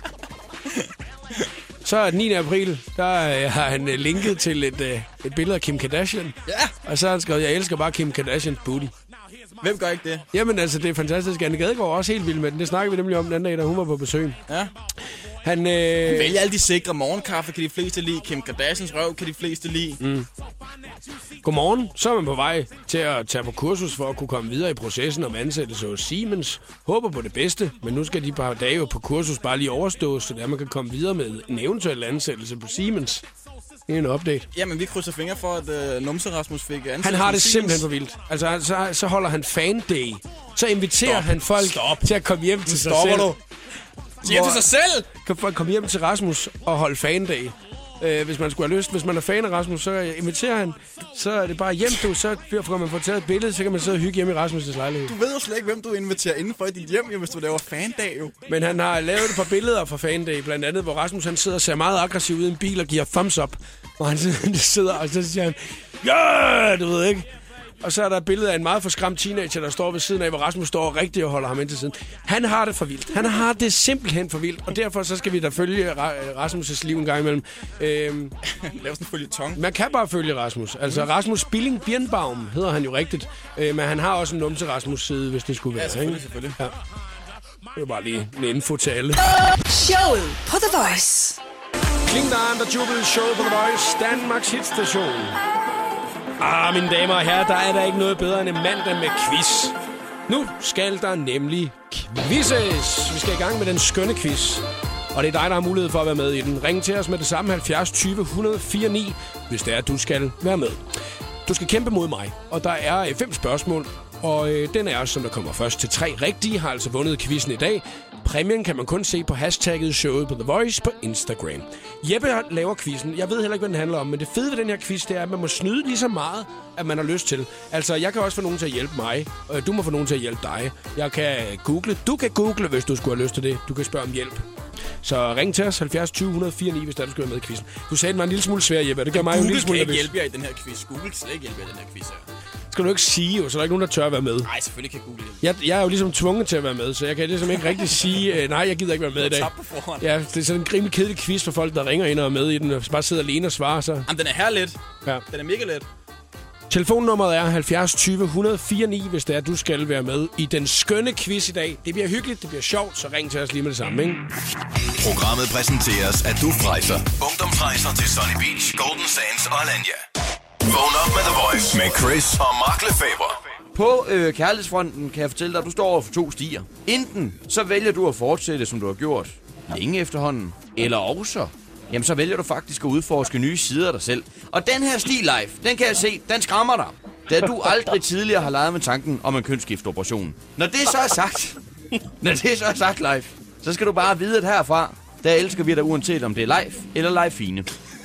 [SPEAKER 1] Så er den niende april, der øh, har han øh, linket til et, øh, et billede af Kim Kardashian.
[SPEAKER 2] Ja.
[SPEAKER 1] Og så har han skrevet, jeg elsker bare Kim Kardashians booty.
[SPEAKER 2] Hvem gør ikke det?
[SPEAKER 1] Jamen altså, det er fantastisk. Anne Gadegaard er også helt vild med den. Det snakker vi nemlig om den anden dag, da hun var på besøg.
[SPEAKER 2] Ja.
[SPEAKER 1] Han, øh...
[SPEAKER 2] han vælger alle de sikre. Morgenkaffe kan de fleste lide. Kim Kardashians røv kan de fleste lide.
[SPEAKER 1] Mm. Godmorgen. Så er man på vej til at tage på kursus for at kunne komme videre i processen om ansættelse hos Siemens. Håber på det bedste, men nu skal de par dage på kursus bare lige overstås, så der man kan komme videre med en eventuel ansættelse på Siemens. Det er en update.
[SPEAKER 2] Jamen, vi krydser fingre for, at uh, Numse Rasmus fik ansættelse.
[SPEAKER 1] Han har det simpelthen for vildt. Altså, så, så holder han fan day. Så inviterer Stop. han folk Stop. til at komme hjem til sig selv.
[SPEAKER 2] Du. Hjem til sig selv?
[SPEAKER 1] Kan folk komme hjem til Rasmus og holde fan day. Øh, hvis man skulle have lyst. Hvis man er fan af Rasmus, så inviterer han. Så er det bare hjem, du. Så får man få taget et billede, så kan man sidde og hygge hjemme i Rasmus' lejlighed.
[SPEAKER 2] Du ved jo slet ikke, hvem du inviterer indenfor i dit hjem, hvis du laver fan-dag, jo.
[SPEAKER 1] Men han har lavet et par billeder fra fan-day, blandt andet, hvor Rasmus han sidder og ser meget aggressiv ud i en bil og giver thumbs up. Hvor han sidder, og så siger han, ja, du ved ikke. Og så er der et billede af en meget forskræmt teenager, der står ved siden af, hvor Rasmus står rigtig og holder ham ind til siden. Han har det for vildt. Han har det simpelthen for vildt. Og derfor så skal vi da følge Rasmus' liv en gang imellem. Øhm,
[SPEAKER 2] Lav sådan en følgetong.
[SPEAKER 1] Man kan bare følge Rasmus. Altså Rasmus Billing Birnbaum hedder han jo rigtigt. Øh, men han har også en Numse Rasmus-side, hvis det skulle være.
[SPEAKER 2] Ja, selvfølgelig,
[SPEAKER 1] ikke?
[SPEAKER 2] selvfølgelig.
[SPEAKER 1] Ja. Det er bare lige en info til alle.
[SPEAKER 3] Showet på The Voice.
[SPEAKER 1] Kling der andre jubel, showet på The Voice, Danmarks hitstation. Ah, mine damer og herrer, der er der ikke noget bedre end en mandag med quiz. Nu skal der nemlig quizzes. Vi skal i gang med den skønne quiz. Og det er dig, der har mulighed for at være med i den. Ring til os med det samme halvfjerds tyve et nul fire ni, hvis det er, at du skal være med. Du skal kæmpe mod mig, og der er fem spørgsmål. Og øh, den er, som der kommer først til tre rigtige, har altså vundet quizzen i dag. Præmien kan man kun se på hashtagget showet på The Voice på Instagram. Jeppe laver quizzen. Jeg ved heller ikke, hvad den handler om, men det fede ved den her quiz, det er, at man må snyde lige så meget, at man har lyst til. Altså, jeg kan også få nogen til at hjælpe mig, og du må få nogen til at hjælpe dig. Jeg kan google. Du kan google, hvis du skulle have lyst til det. Du kan spørge om hjælp. Så ring til os, halvfjerds tyve et nul fire ni, hvis der du skal være med i quizzen. Du sagde, den var en lille smule svær, Jeppe. Det gør mig jo en lille smule
[SPEAKER 2] nervøs. Google kan ikke hjælpe jer i den her quiz. Google kan slet ikke hjælpe jer i den her quiz her.
[SPEAKER 1] Skal du ikke sige, jo, så er der ikke nogen, der tør at være med.
[SPEAKER 2] Nej, selvfølgelig kan Google hjælpe.
[SPEAKER 1] Jeg, jeg er jo ligesom tvunget til at være med, så jeg kan ligesom ikke rigtig sige, øh, nej, jeg gider ikke være med i dag. Ja, det er sådan en rimelig kedelig quiz for folk, der ringer ind og er med i den, og bare sidder alene og svarer. Så.
[SPEAKER 2] Jamen, den er her let.
[SPEAKER 1] Ja.
[SPEAKER 2] Den er mega let.
[SPEAKER 1] Telefonnummeret er halvfjerds tyve et nul fire ni, hvis det er, du skal være med i den skønne quiz i dag. Det bliver hyggeligt, det bliver sjovt, så ring til os lige med det samme, ikke?
[SPEAKER 4] Programmet præsenteres af Dufrejser. Ungdomsrejser til Sunny Beach, Golden Sands og Alanya. Vågn op med The Voice med Chris og Mark Lefebvre.
[SPEAKER 11] På øh, kærlighedsfronten kan jeg fortælle dig, at du står over for to stier. Enten så vælger du at fortsætte, som du har gjort længe efterhånden, eller også, jamen så vælger du faktisk at udforske nye sider af dig selv. Og den her stil life, den kan jeg se, den skræmmer dig. da du aldrig tidligere har leget med tanken om en kønsskiftoperation. Når det så er sagt, når det så er sagt, Leif, så skal du bare vide, at herfra, der elsker vi dig uanset om det er Leif eller Leif Fine.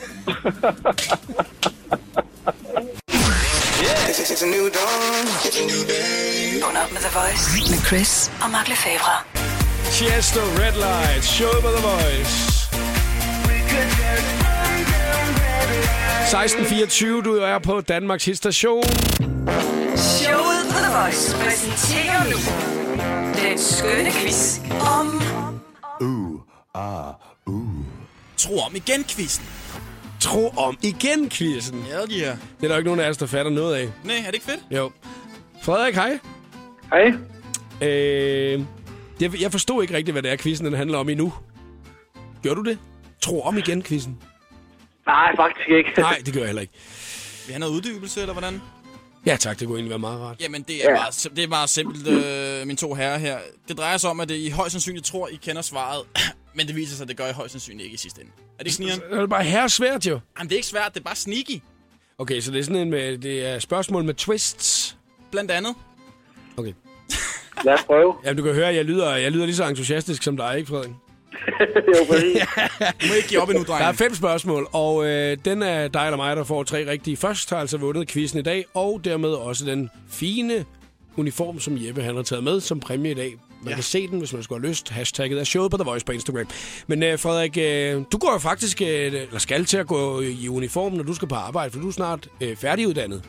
[SPEAKER 3] Vågn op med The Voice med Chris og Mark Lefebvre.
[SPEAKER 1] Tiesto, Red Light, showet på The Voice. seksten fireogtyve, du er på Danmarks hitstation.
[SPEAKER 3] Showet på The Voice præsenterer nu den skønne quiz om...
[SPEAKER 4] Uh, ah, uh.
[SPEAKER 2] Tro om igen-quizzen.
[SPEAKER 1] Tro om igen-quizzen.
[SPEAKER 2] Ja, de her.
[SPEAKER 1] Det er der ikke nogen af os, der fatter noget af.
[SPEAKER 2] Nej, er det ikke fedt?
[SPEAKER 1] Jo. Frederik, hej.
[SPEAKER 12] Hej.
[SPEAKER 1] Øh, jeg, jeg forstod ikke rigtigt, hvad det er, quizzen den handler om endnu. Gør du det? Tro om igen-quizzen?
[SPEAKER 12] Nej, faktisk ikke.
[SPEAKER 1] Nej, det gør jeg heller ikke.
[SPEAKER 2] Vil I have noget uddybelse, eller hvordan?
[SPEAKER 1] Ja tak, det kunne egentlig være meget rart.
[SPEAKER 2] Jamen, det er, ja. meget, det er meget simpelt, øh, mine to herrer her. Det drejer sig om, at I højst sandsynligt tror, I kender svaret. Men det viser sig, at det gør I højst sandsynligt ikke i sidste ende. Er det ikke snigeren?
[SPEAKER 1] Det er bare herresvært, jo.
[SPEAKER 2] Jamen, det er ikke svært, det er bare sneaky.
[SPEAKER 1] Okay, så det er sådan en med, det er spørgsmål med twists.
[SPEAKER 2] Blandt andet.
[SPEAKER 1] Okay.
[SPEAKER 12] Lad os prøve.
[SPEAKER 1] Jamen, du kan høre, at jeg lyder, jeg lyder lige så entusiastisk som dig, ikke, Frederik?
[SPEAKER 12] Jo, præcis.
[SPEAKER 2] Du må ikke give op endnu, drenge.
[SPEAKER 1] Der er fem spørgsmål, og øh, den er dig eller mig, der får tre rigtige. Først har altså vundet quizzen i dag, og dermed også den fine uniform, som Jeppe han har taget med som præmie i dag. Man ja. kan se den, hvis man skulle have lyst. Hashtagget er showet på The Voice på Instagram. Men øh, Frederik, øh, du går jo faktisk, øh, eller skal til at gå i uniform, når du skal på arbejde, for du er snart øh, færdiguddannet.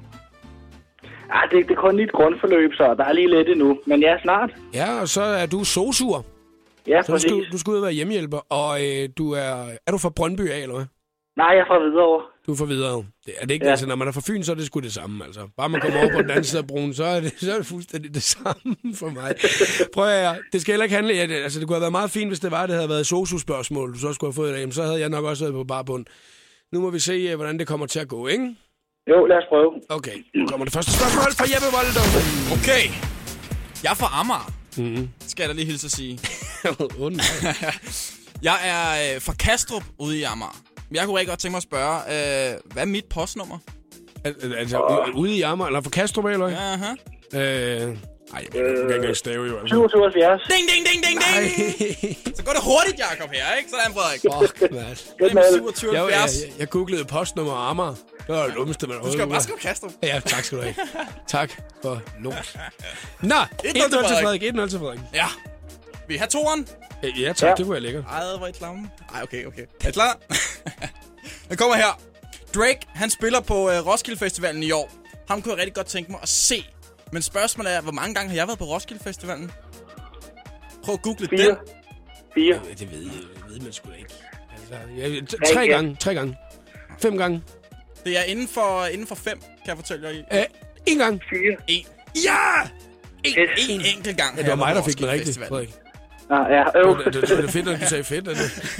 [SPEAKER 12] Ja, det, det er kun lige et grundforløb, så der er lige lidt endnu. Men ja, snart.
[SPEAKER 1] Ja, og så er du sosuer.
[SPEAKER 12] Ja,
[SPEAKER 1] så du skal, du skal ud og være hjemmehjælper, og øh, du er... Er du fra Brøndby af, eller hvad?
[SPEAKER 12] Nej, jeg er fra Hvidovre.
[SPEAKER 1] Du er fra Hvidovre. Det er det ikke,
[SPEAKER 12] ja.
[SPEAKER 1] altså, når man er fra Fyn, så er det sgu det samme, altså. Bare man kommer over på den anden side af broen, så er det, så er det fuldstændig det samme for mig. Prøv at høre, det skal heller ikke handle... Ja, det, altså, det kunne have været meget fint, hvis det var, det havde været sosu-spørgsmål, du så skulle have fået i dag. Så havde jeg nok også været på barbund. Nu må vi se, hvordan det kommer til at gå, ikke?
[SPEAKER 12] Jo, lad os prøve.
[SPEAKER 1] Okay, nu kommer det første spørgsmål fra Jeppe Voldum.
[SPEAKER 2] Okay. Jeg er fra Amager.
[SPEAKER 1] Mm-hmm.
[SPEAKER 2] Skal jeg da lige hilse at sige.
[SPEAKER 1] oh,
[SPEAKER 2] jeg er øh, fra Kastrup ude i Amager. Jeg kunne rigtig godt tænke mig at spørge, øh, hvad er mit postnummer?
[SPEAKER 1] Al- altså, ude i Amager, eller fra Kastrup, eller hvad?
[SPEAKER 2] Aha.
[SPEAKER 1] Øh... Ej, jeg kan ikke engang stave, jo. Altså.
[SPEAKER 12] syvoghalvfjerds.
[SPEAKER 2] Ding, ding, ding, ding, ding! Så går det hurtigt, Jacob, her, ikke? Sådan, Frederik.
[SPEAKER 1] Fuck, man.
[SPEAKER 2] syvogtyve
[SPEAKER 1] Jeg, jeg, jeg googlede postnummer Amager. Det var det dummeste, man
[SPEAKER 2] Du skal bare skrive Kastrup.
[SPEAKER 1] Ja, tak skal du have. Tak for lort. Nå, et nul til Frederik. et nul til Frederik.
[SPEAKER 2] Ja. Vil I have toeren?
[SPEAKER 1] Ja, tak. Ja. Det kunne jeg lækkert.
[SPEAKER 2] Ej, hvor er I klamme. Ej, okay, okay. Er I klar? Den kommer her. Drake, han spiller på uh, Roskilde Festivalen i år. Ham kunne jeg rigtig godt tænke mig at se. Men spørgsmålet er, hvor mange gange har jeg været på Roskilde Festivalen? Prøv at google
[SPEAKER 12] Fire.
[SPEAKER 2] den.
[SPEAKER 12] Fire.
[SPEAKER 1] Ja, det ved jeg. Det ved man sgu da ikke. Altså, jeg, t- tre gange. Tre gange. Fem gange.
[SPEAKER 2] Det er inden for, inden for fem, kan jeg fortælle jer.
[SPEAKER 1] Æh, en gang.
[SPEAKER 12] Fire.
[SPEAKER 2] En.
[SPEAKER 1] Ja!
[SPEAKER 2] En, en enkelt gang.
[SPEAKER 1] Ja, det var mig, der fik den rigtigt, Frederik.
[SPEAKER 12] Ah, ja, øv.
[SPEAKER 1] Det, det, det, det er fedt, at du sagde fedt.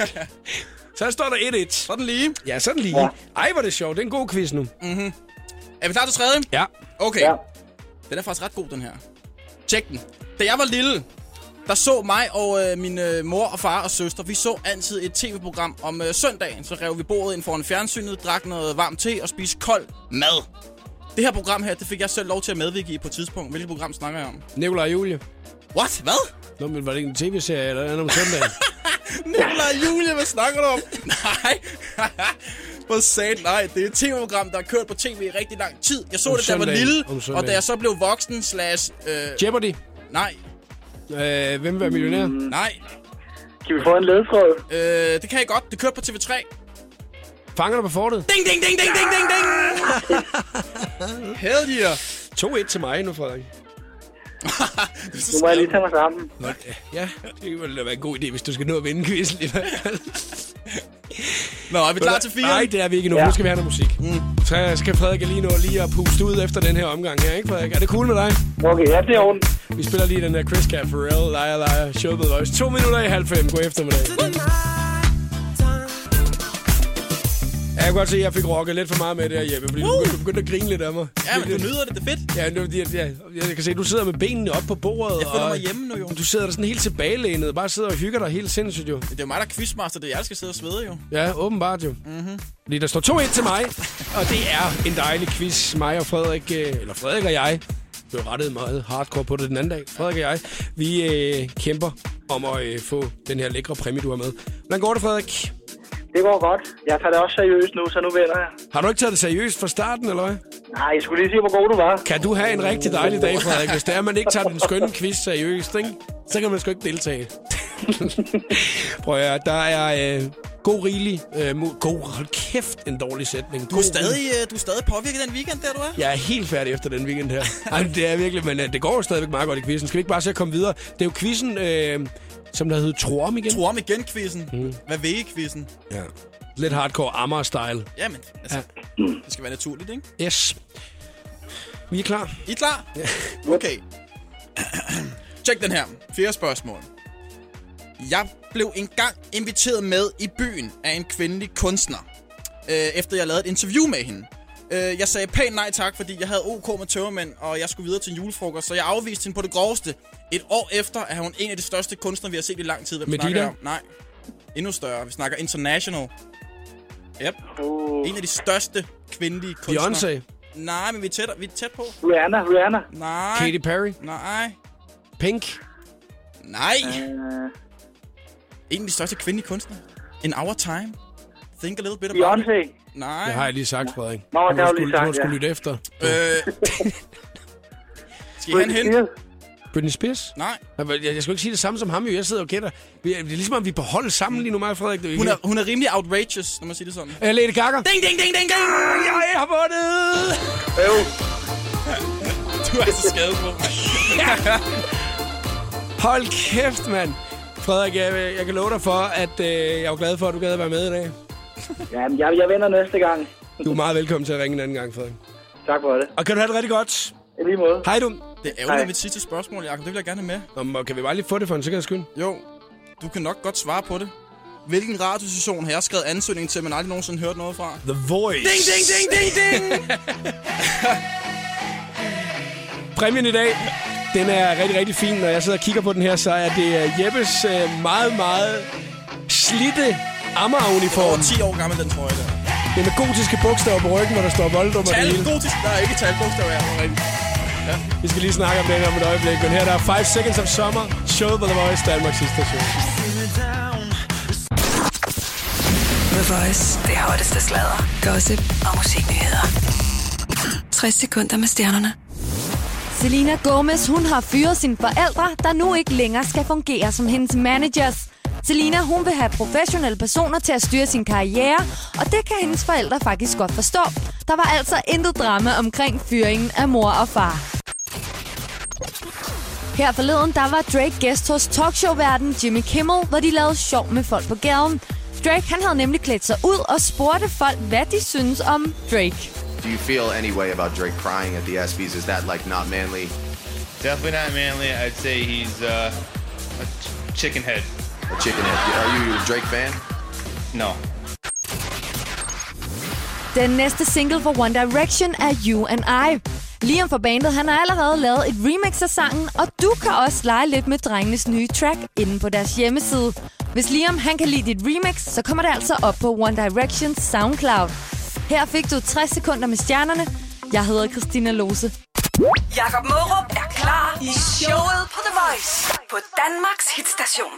[SPEAKER 1] Så står der et et.
[SPEAKER 2] Sådan lige.
[SPEAKER 1] Ja, sådan lige. Ja. Ej, hvor det sjovt. Det er en god quiz nu.
[SPEAKER 2] Mm-hmm. Er vi klar til tredje?
[SPEAKER 1] Ja.
[SPEAKER 2] Okay.
[SPEAKER 12] Ja.
[SPEAKER 2] Den er faktisk ret god, den her. Tjek den. Da jeg var lille, der så mig og øh, min øh, mor og far og søster, vi så altid et tv-program om øh, søndagen. Så rev vi bordet ind foran fjernsynet, drak noget varmt te og spiste kold mad. Det her program her, det fik jeg selv lov til at medvirke i på et tidspunkt. Hvilket program snakker jeg om?
[SPEAKER 1] Nikolaj og Julie.
[SPEAKER 2] What? Hvad?
[SPEAKER 1] Nå, men var det ikke en tv-serie eller noget om søndagen?
[SPEAKER 2] Nikolaj og Julie, hvad snakker du om? Nej. Hvor sat, nej. Det er et tv-program, der har kørt på tv i rigtig lang tid. Jeg så
[SPEAKER 1] om
[SPEAKER 2] det, da jeg var lille,
[SPEAKER 1] og
[SPEAKER 2] da jeg så blev voksen slash... Øh...
[SPEAKER 1] Jeopardy?
[SPEAKER 2] Nej.
[SPEAKER 1] Øh, hvem vil være millionær?
[SPEAKER 12] Mm.
[SPEAKER 2] Nej.
[SPEAKER 12] Kan vi få en ledtråd?
[SPEAKER 2] Øh, det kan jeg godt. Det kørte på T V tre.
[SPEAKER 1] Fangerne på fortet?
[SPEAKER 2] Ding, ding, ding, ding, ding, ding, ding! Hell yeah.
[SPEAKER 1] to et til mig nu, Frederik.
[SPEAKER 12] Nu må jeg lige tage mig sammen.
[SPEAKER 1] Nå, ja, det ville da være en god idé, hvis du skal nå at vinde quizzen i hvert fald.
[SPEAKER 2] Nå, er vi klar til fire?
[SPEAKER 1] Nej, det er vi ikke nu. Ja. Nu skal vi have noget musik. Mm. Så skal Frederik lige nå lige at puste ud efter den her omgang her, ikke Frederik? Er det cool med dig?
[SPEAKER 12] Okay, ja, det er orden.
[SPEAKER 1] Vi spiller lige den der Chris Cat Pharrell, Liar Liar, Show The Voice. To minutter i halv fem. God eftermiddag. Ja, jeg kan godt se, at jeg fik rocket lidt for meget med det her, Jeppe, fordi uh! du begyndte at grine lidt af mig.
[SPEAKER 2] Ja, men du nyder det, det er fedt.
[SPEAKER 1] Ja, nu, jeg, jeg, jeg kan se, at du sidder med benene op på bordet.
[SPEAKER 2] Jeg føler
[SPEAKER 1] og
[SPEAKER 2] mig hjemme nu, jo.
[SPEAKER 1] Du sidder der sådan helt tilbagelænet, bare sidder og hygger dig helt sindssygt, jo.
[SPEAKER 2] Det er jo mig, der er quizmaster, det er jeg, der skal sidde og svede, jo.
[SPEAKER 1] Ja, åbenbart, jo.
[SPEAKER 2] Mhm.
[SPEAKER 1] Fordi der står to et til mig, og det er en dejlig quiz. Mig og Frederik, eller Frederik og jeg, blev rettet meget hardcore på det den anden dag. Frederik og jeg, vi øh, kæmper om at øh, få den her lækre præmie, du har med. Hvordan går det, Frederik?
[SPEAKER 12] Det går godt. Jeg tager det også seriøst nu, så nu vinder jeg.
[SPEAKER 1] Har du ikke taget det seriøst fra starten, eller hvad?
[SPEAKER 12] Nej, jeg skulle lige se, hvor god du var.
[SPEAKER 1] Kan du have en rigtig dejlig dag, Frederik? Hvis det er, man ikke tager den skønne quiz seriøst, ikke? Så kan man sgu ikke deltage. Prøv at høre, der er øh, god rigelig... Øh, god, hold kæft, en dårlig sætning.
[SPEAKER 2] Du er, stadig, øh, du er stadig påvirket den weekend, der du er?
[SPEAKER 1] Jeg er helt færdig efter den weekend her. Ej, det er virkelig, men øh, det går jo stadigvæk meget godt i quizzen. Skal vi ikke bare se at komme videre? Det er jo quizzen, øh, som der hedder Tro om igen.
[SPEAKER 2] Tro om igen-quizzen. Mm. Hvad ved-quizzen?
[SPEAKER 1] Ja. Lidt hardcore Amager-style.
[SPEAKER 2] Jamen, altså,
[SPEAKER 1] ja.
[SPEAKER 2] Det skal være naturligt, ikke?
[SPEAKER 1] Yes. Vi er klar.
[SPEAKER 2] I er klar? Ja. Okay. Tjek den her. Fjerde spørgsmål. Jeg blev engang inviteret med i byen af en kvindelig kunstner, øh, efter jeg lavede et interview med hende. Øh, jeg sagde pænt nej tak, fordi jeg havde OK med tømmermænd, og jeg skulle videre til en julefrokost, så jeg afviste hende på det groveste. Et år efter er hun en af de største kunstnere, vi har set i lang tid. Hvad snakker jeg om? Nej, endnu større. Vi snakker international. Yep. Oh. En af de største kvindelige kunstnere.
[SPEAKER 1] Beyoncé?
[SPEAKER 2] Nej, men vi er tæt, vi er tæt på.
[SPEAKER 12] Rihanna, Rihanna.
[SPEAKER 2] Nej.
[SPEAKER 1] Katy Perry?
[SPEAKER 2] Nej.
[SPEAKER 1] Pink?
[SPEAKER 2] Nej. Uh... En af de største kvindelige kunstnere. In our time. Think a little bit about it.
[SPEAKER 12] Beyoncé.
[SPEAKER 2] Nej.
[SPEAKER 1] Det har jeg lige sagt, Frederik.
[SPEAKER 12] Nå, det har du lige sagt,
[SPEAKER 1] Du skulle lytte efter.
[SPEAKER 2] Øh... Skal I have en hint?
[SPEAKER 1] Britney Spears?
[SPEAKER 2] Nej.
[SPEAKER 1] Jeg, jeg, jeg skal ikke sige det samme som ham, jo. Jeg sidder og gætter. Det er ligesom, at vi er på hold sammen lige nu, mig og Frederik.
[SPEAKER 2] Hun er, hun er rimelig outrageous, når man siger det sådan.
[SPEAKER 1] Uh, Lady Gaga?
[SPEAKER 2] Ding, ding, ding, ding, ding!
[SPEAKER 1] Jeg har vundet!
[SPEAKER 12] Jo.
[SPEAKER 2] Du er så skadet på mig.
[SPEAKER 1] Hold kæft, mand. Frederik, jeg, jeg kan love dig for, at øh, jeg er glad for, at du gad at være med i dag.
[SPEAKER 12] Jamen, jeg, jeg vinder næste gang.
[SPEAKER 1] Du er meget velkommen til at ringe en anden gang, Frederik.
[SPEAKER 12] Tak for det.
[SPEAKER 1] Og kan du have det rigtig godt?
[SPEAKER 12] I lige måde.
[SPEAKER 1] Hej du.
[SPEAKER 2] Det er jo mit sidste spørgsmål, Jacob. Det vil jeg gerne have med.
[SPEAKER 1] Nå, kan vi bare lige få det for en sikkerheds skyld?
[SPEAKER 2] Jo. Du kan nok godt svare på det. Hvilken radiostation har jeg skrevet ansøgning til, men aldrig nogensinde hørt noget fra?
[SPEAKER 1] The Voice.
[SPEAKER 2] Ding, ding, ding, ding, ding!
[SPEAKER 1] Præmien i dag, den er rigtig, rigtig fin. Når jeg sidder og kigger på den her, så er det Jeppes øh, meget, meget slidte Amager-uniform.
[SPEAKER 2] Over ti år gammel, den trøje der.
[SPEAKER 1] Det er med gotiske bogstaver på ryggen, hvor der står volddom og det hele.
[SPEAKER 2] Tal gotisk? Der er ikke tal bogstaver her.
[SPEAKER 1] Ja. Vi skal lige snakke om det om et øjeblik. Men her der er five Seconds of Summer. Show på The Voice, Danmarks station.
[SPEAKER 3] The Voice. Det hotteste sladder, gossip og musiknyheder. tres sekunder med stjernerne.
[SPEAKER 7] Selena Gomez, hun har fyret sine forældre, der nu ikke længere skal fungere som hendes managers. Selena, hun vil have professionelle personer til at styre sin karriere, og det kan hendes forældre faktisk godt forstå. Der var altså intet drama omkring fyringen af mor og far. Her forleden, der var Drake gæst hos talkshow-værten Jimmy Kimmel, hvor de lavede sjov med folk på gaden. Drake, han havde nemlig klædt sig ud og spurgte folk, hvad de synes om Drake.
[SPEAKER 13] Do you feel any way about Drake crying at the ESPYs? Is that like not manly?
[SPEAKER 14] Definitely not manly. I'd say he's uh, a ch- chicken head.
[SPEAKER 13] A chicken head. Are you a Drake fan?
[SPEAKER 14] No.
[SPEAKER 7] Den næste single for One Direction er You and I. Liam fra bandet, han har allerede lavet et remix af sangen, og du kan også lege lidt med drengenes nye track inde på deres hjemmeside. Hvis Liam han kan lide dit remix, så kommer det altså op på One Directions SoundCloud. Her fik du tres sekunder med stjernerne. Jeg hedder Christina Lose.
[SPEAKER 3] Jakob Mårup er klar i showet på The Voice på Danmarks hitstation.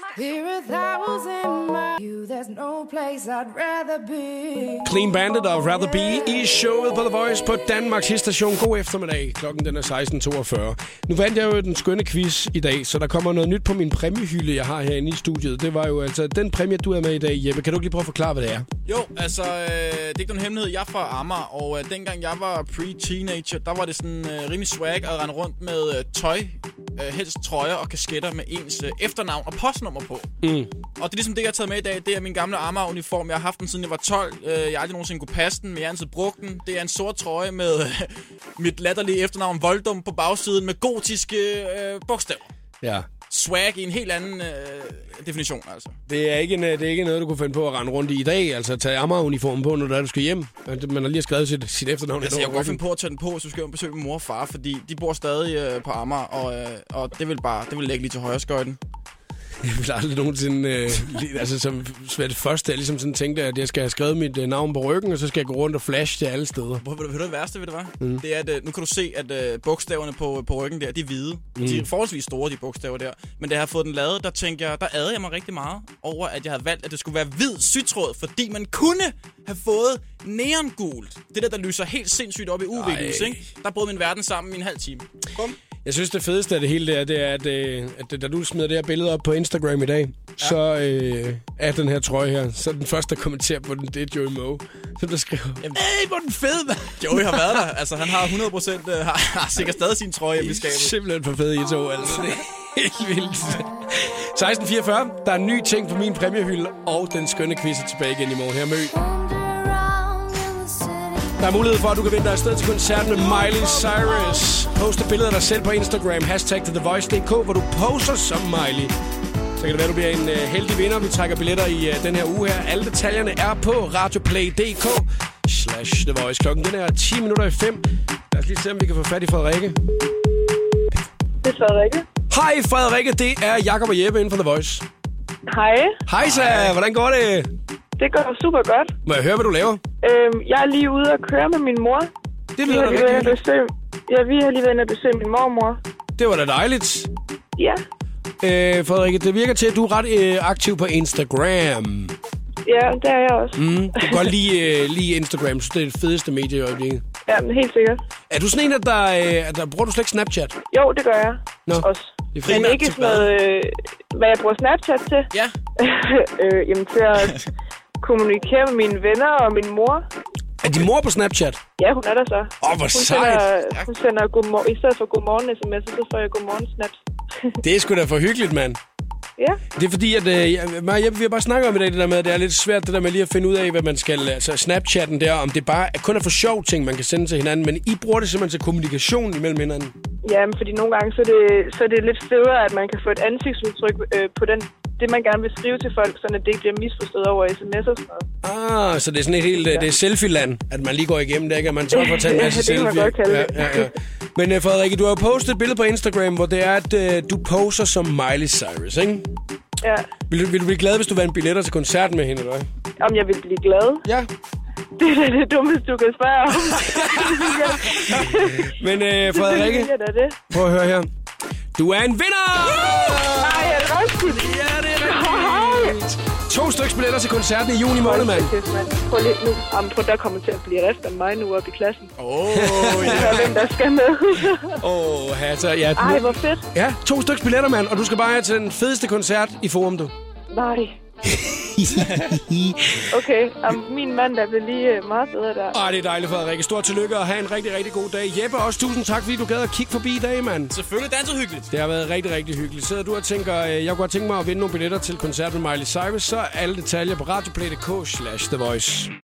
[SPEAKER 1] Clean Bandit og Rather Be i showet på The Voice på Danmarks hitstation. God eftermiddag. Klokken den er seksten toogfyrre. Nu vandt jeg jo den skønne quiz i dag, så der kommer noget nyt på min præmiehylde, jeg har herinde i studiet. Det var jo altså den præmie, du er med i dag, Jeppe. Kan du ikke lige prøve at forklare, hvad det er?
[SPEAKER 2] Jo, altså, øh, det er ikke nogen hemmelighed. Jeg er fra Amager, og øh, dengang jeg var pre-teenager, der var det sådan øh, rimelig swag at rende rundt med øh, tøj, øh, helst trøjer og kasketter med ens øh, efternavn og postnummer på.
[SPEAKER 1] Mm.
[SPEAKER 2] Og det er ligesom det, jeg har taget med i dag. Det er min gamle Amager-uniform. Jeg har haft den siden jeg var tolv. Øh, jeg har aldrig nogensinde kunne passe den, men jeg har altid brugt den. Det er en sort trøje med øh, mit latterlige efternavn Volddom på bagsiden med gotiske øh, bogstaver.
[SPEAKER 1] Ja.
[SPEAKER 2] swag i en helt anden øh, definition, altså.
[SPEAKER 1] Det er, ikke en, det er ikke noget, du kunne finde på at rende rundt i i dag. Altså tage Amager-uniformen på, når du, er, du skal hjem. Man har lige skrevet sit, sit efternavn.
[SPEAKER 2] Altså, jeg kunne godt finde på at tage den på, hvis du skal hjem besøge min mor og far, fordi de bor stadig øh, på Amager, og, øh, og det vil bare det vil lægge lige til højre skøjten.
[SPEAKER 1] Jeg vil aldrig nogensinde, øh, lige, altså som det første, jeg ligesom sådan tænkte, at jeg skal have skrevet mit øh, navn på ryggen, og så skal jeg gå rundt og flashe til alle steder.
[SPEAKER 2] Hvor ved du det værste ved det var? Mm. Det er, at øh, nu kan du se, at øh, bogstaverne på, på ryggen der, de er hvide. Mm. De er forholdsvis store, de bogstaver der. Men da jeg har fået den lavet, der tænker jeg, der adede jeg mig rigtig meget over, at jeg havde valgt, at det skulle være hvid sytråd, fordi man kunne have fået neongult. Det der, der lyser helt sindssygt op i U V-lys, ikke? Der brød min verden sammen i en halv time. Kom.
[SPEAKER 1] Jeg synes, det fedeste af det hele der, det er, at, øh, at da du smider det her billede op på Instagram i dag, ja. så øh, er den her trøje her, så er den første, der kommenterer på den, det er Joey Moe. Så der skriver, hey, hvor er den fed, mand!
[SPEAKER 2] Joey har været der. Altså, han har hundrede procent, øh, har, har sikkert stadig sin trøje hjemme i skabet.
[SPEAKER 1] Simpelthen for fed i to, altså. Det er helt vildt. seksten fireogfyrre, der er en ny ting på min præmiehylde, og den skønne quiz er tilbage igen i morgen her med. Der er mulighed for, at du kan vinde dig afsted til koncerten med Miley Cyrus. Poste billeder af dig selv på Instagram, hashtag til The Voice punktum d k, hvor du poster som Miley. Så kan det være, du bliver en uh, heldig vinder. Vi trækker billetter i uh, den her uge her. Alle detaljerne er på radioplay punktum d k slash The Voice. Klokken den er ti minutter i fem. Lad os lige se, om vi kan få fat i Frederikke.
[SPEAKER 15] Det er Frederikke.
[SPEAKER 1] Hej Frederikke, det er Jakob og Jeppe inden for The Voice.
[SPEAKER 15] Hej.
[SPEAKER 1] Hej så, hvordan går det?
[SPEAKER 15] Det går super godt.
[SPEAKER 1] Må jeg høre, hvad du laver?
[SPEAKER 15] Øhm, jeg er lige ude og køre med min mor.
[SPEAKER 1] Det lyder da rigtig
[SPEAKER 15] besøg. Ja, vi har lige været inde og besøge min mormor.
[SPEAKER 1] Det var da dejligt.
[SPEAKER 15] Ja.
[SPEAKER 1] Øh, Frederikke, det virker til, at du er ret øh, aktiv på Instagram.
[SPEAKER 15] Ja, det er jeg også.
[SPEAKER 1] Mm, du kan godt lide, øh, lide Instagram, så det er det fedeste medie i øjeblikket.
[SPEAKER 15] Ja, men helt sikkert.
[SPEAKER 1] Er du sådan en, at der, øh, der bruger du slet ikke Snapchat?
[SPEAKER 15] Jo, det gør jeg.
[SPEAKER 1] Nå.
[SPEAKER 15] Også. Men ikke sådan noget, øh, hvad jeg bruger Snapchat til.
[SPEAKER 2] Ja.
[SPEAKER 15] øh, jamen, til at kommunikere med mine venner og min mor.
[SPEAKER 1] Er din mor på Snapchat?
[SPEAKER 15] Ja, hun er der så.
[SPEAKER 1] Åh, oh, hvor
[SPEAKER 15] hun
[SPEAKER 1] sejt.
[SPEAKER 15] Sender, hun sender godmor- i stedet for godmorgen sms, så får jeg godmorgen snaps.
[SPEAKER 1] Det er sgu da for hyggeligt, mand.
[SPEAKER 15] Ja.
[SPEAKER 1] Det er fordi, at øh, jeg, jeg, vi har bare snakket om i dag, det der med, at det er lidt svært, det der med lige at finde ud af, hvad man skal, altså Snapchatten der, om det bare er kun er for sjov ting, man kan sende til hinanden, men I bruger det simpelthen til kommunikation imellem hinanden.
[SPEAKER 15] Ja, men fordi nogle gange, så er det, så er det lidt federe, at man kan få et ansigtsudtryk øh, på den, det, man gerne vil skrive til folk, så det ikke bliver misforstået over sms og sådan noget.
[SPEAKER 1] Ah, så det er sådan et helt, ja. Det er selfie-land, at man lige går igennem det, ikke? At man tør for at tage en masse selfie.
[SPEAKER 15] Det kan man godt kalde
[SPEAKER 1] ja, ja, ja. Men uh, Frederikke, du har jo postet et billede på Instagram, hvor det er, at uh, du poser som Miley Cyrus, ikke?
[SPEAKER 15] Ja.
[SPEAKER 1] Vil du, vil du blive glad, hvis du vandt billetter til koncerten med hende, eller hvad?
[SPEAKER 15] Om jeg vil blive glad?
[SPEAKER 1] Ja.
[SPEAKER 15] Det er da det dummeste, du kan spørge om.
[SPEAKER 1] Men uh, Frederikke,
[SPEAKER 15] det.
[SPEAKER 1] prøv at høre her. Du er en vinder!
[SPEAKER 15] Nej, jeg er rigtigt.
[SPEAKER 1] Ja, det er rigtigt. To stykker billetter til koncerten i juni måned, mand.
[SPEAKER 15] Prøv lige nu. Jamen, prøv, der kommer til at blive rest af mig nu oppe i klassen.
[SPEAKER 2] Åh, oh, ja.
[SPEAKER 15] Yeah. Hvem der skal med.
[SPEAKER 1] Åh, oh, altså, ja.
[SPEAKER 15] Ej, hvor fedt.
[SPEAKER 1] Ja, to stykker billetter, mand. Og du skal bare have til den fedeste koncert i Forum, du.
[SPEAKER 15] Nej. Okay, um, min mand der bliver lige meget bedre der.
[SPEAKER 1] Ej, det er dejligt, Frederikke. Stort tillykke og have en rigtig, rigtig god dag. Jeppe, også tusind tak, fordi du gad at kigge forbi i dag, mand.
[SPEAKER 2] Selvfølgelig, danset hyggeligt.
[SPEAKER 1] Det har været rigtig, rigtig hyggeligt. Sidder du og tænker, jeg kunne godt tænke mig at vinde nogle billetter til koncert med Miley Cyrus, så er alle detaljer på radioplay punktum d k slash The Voice.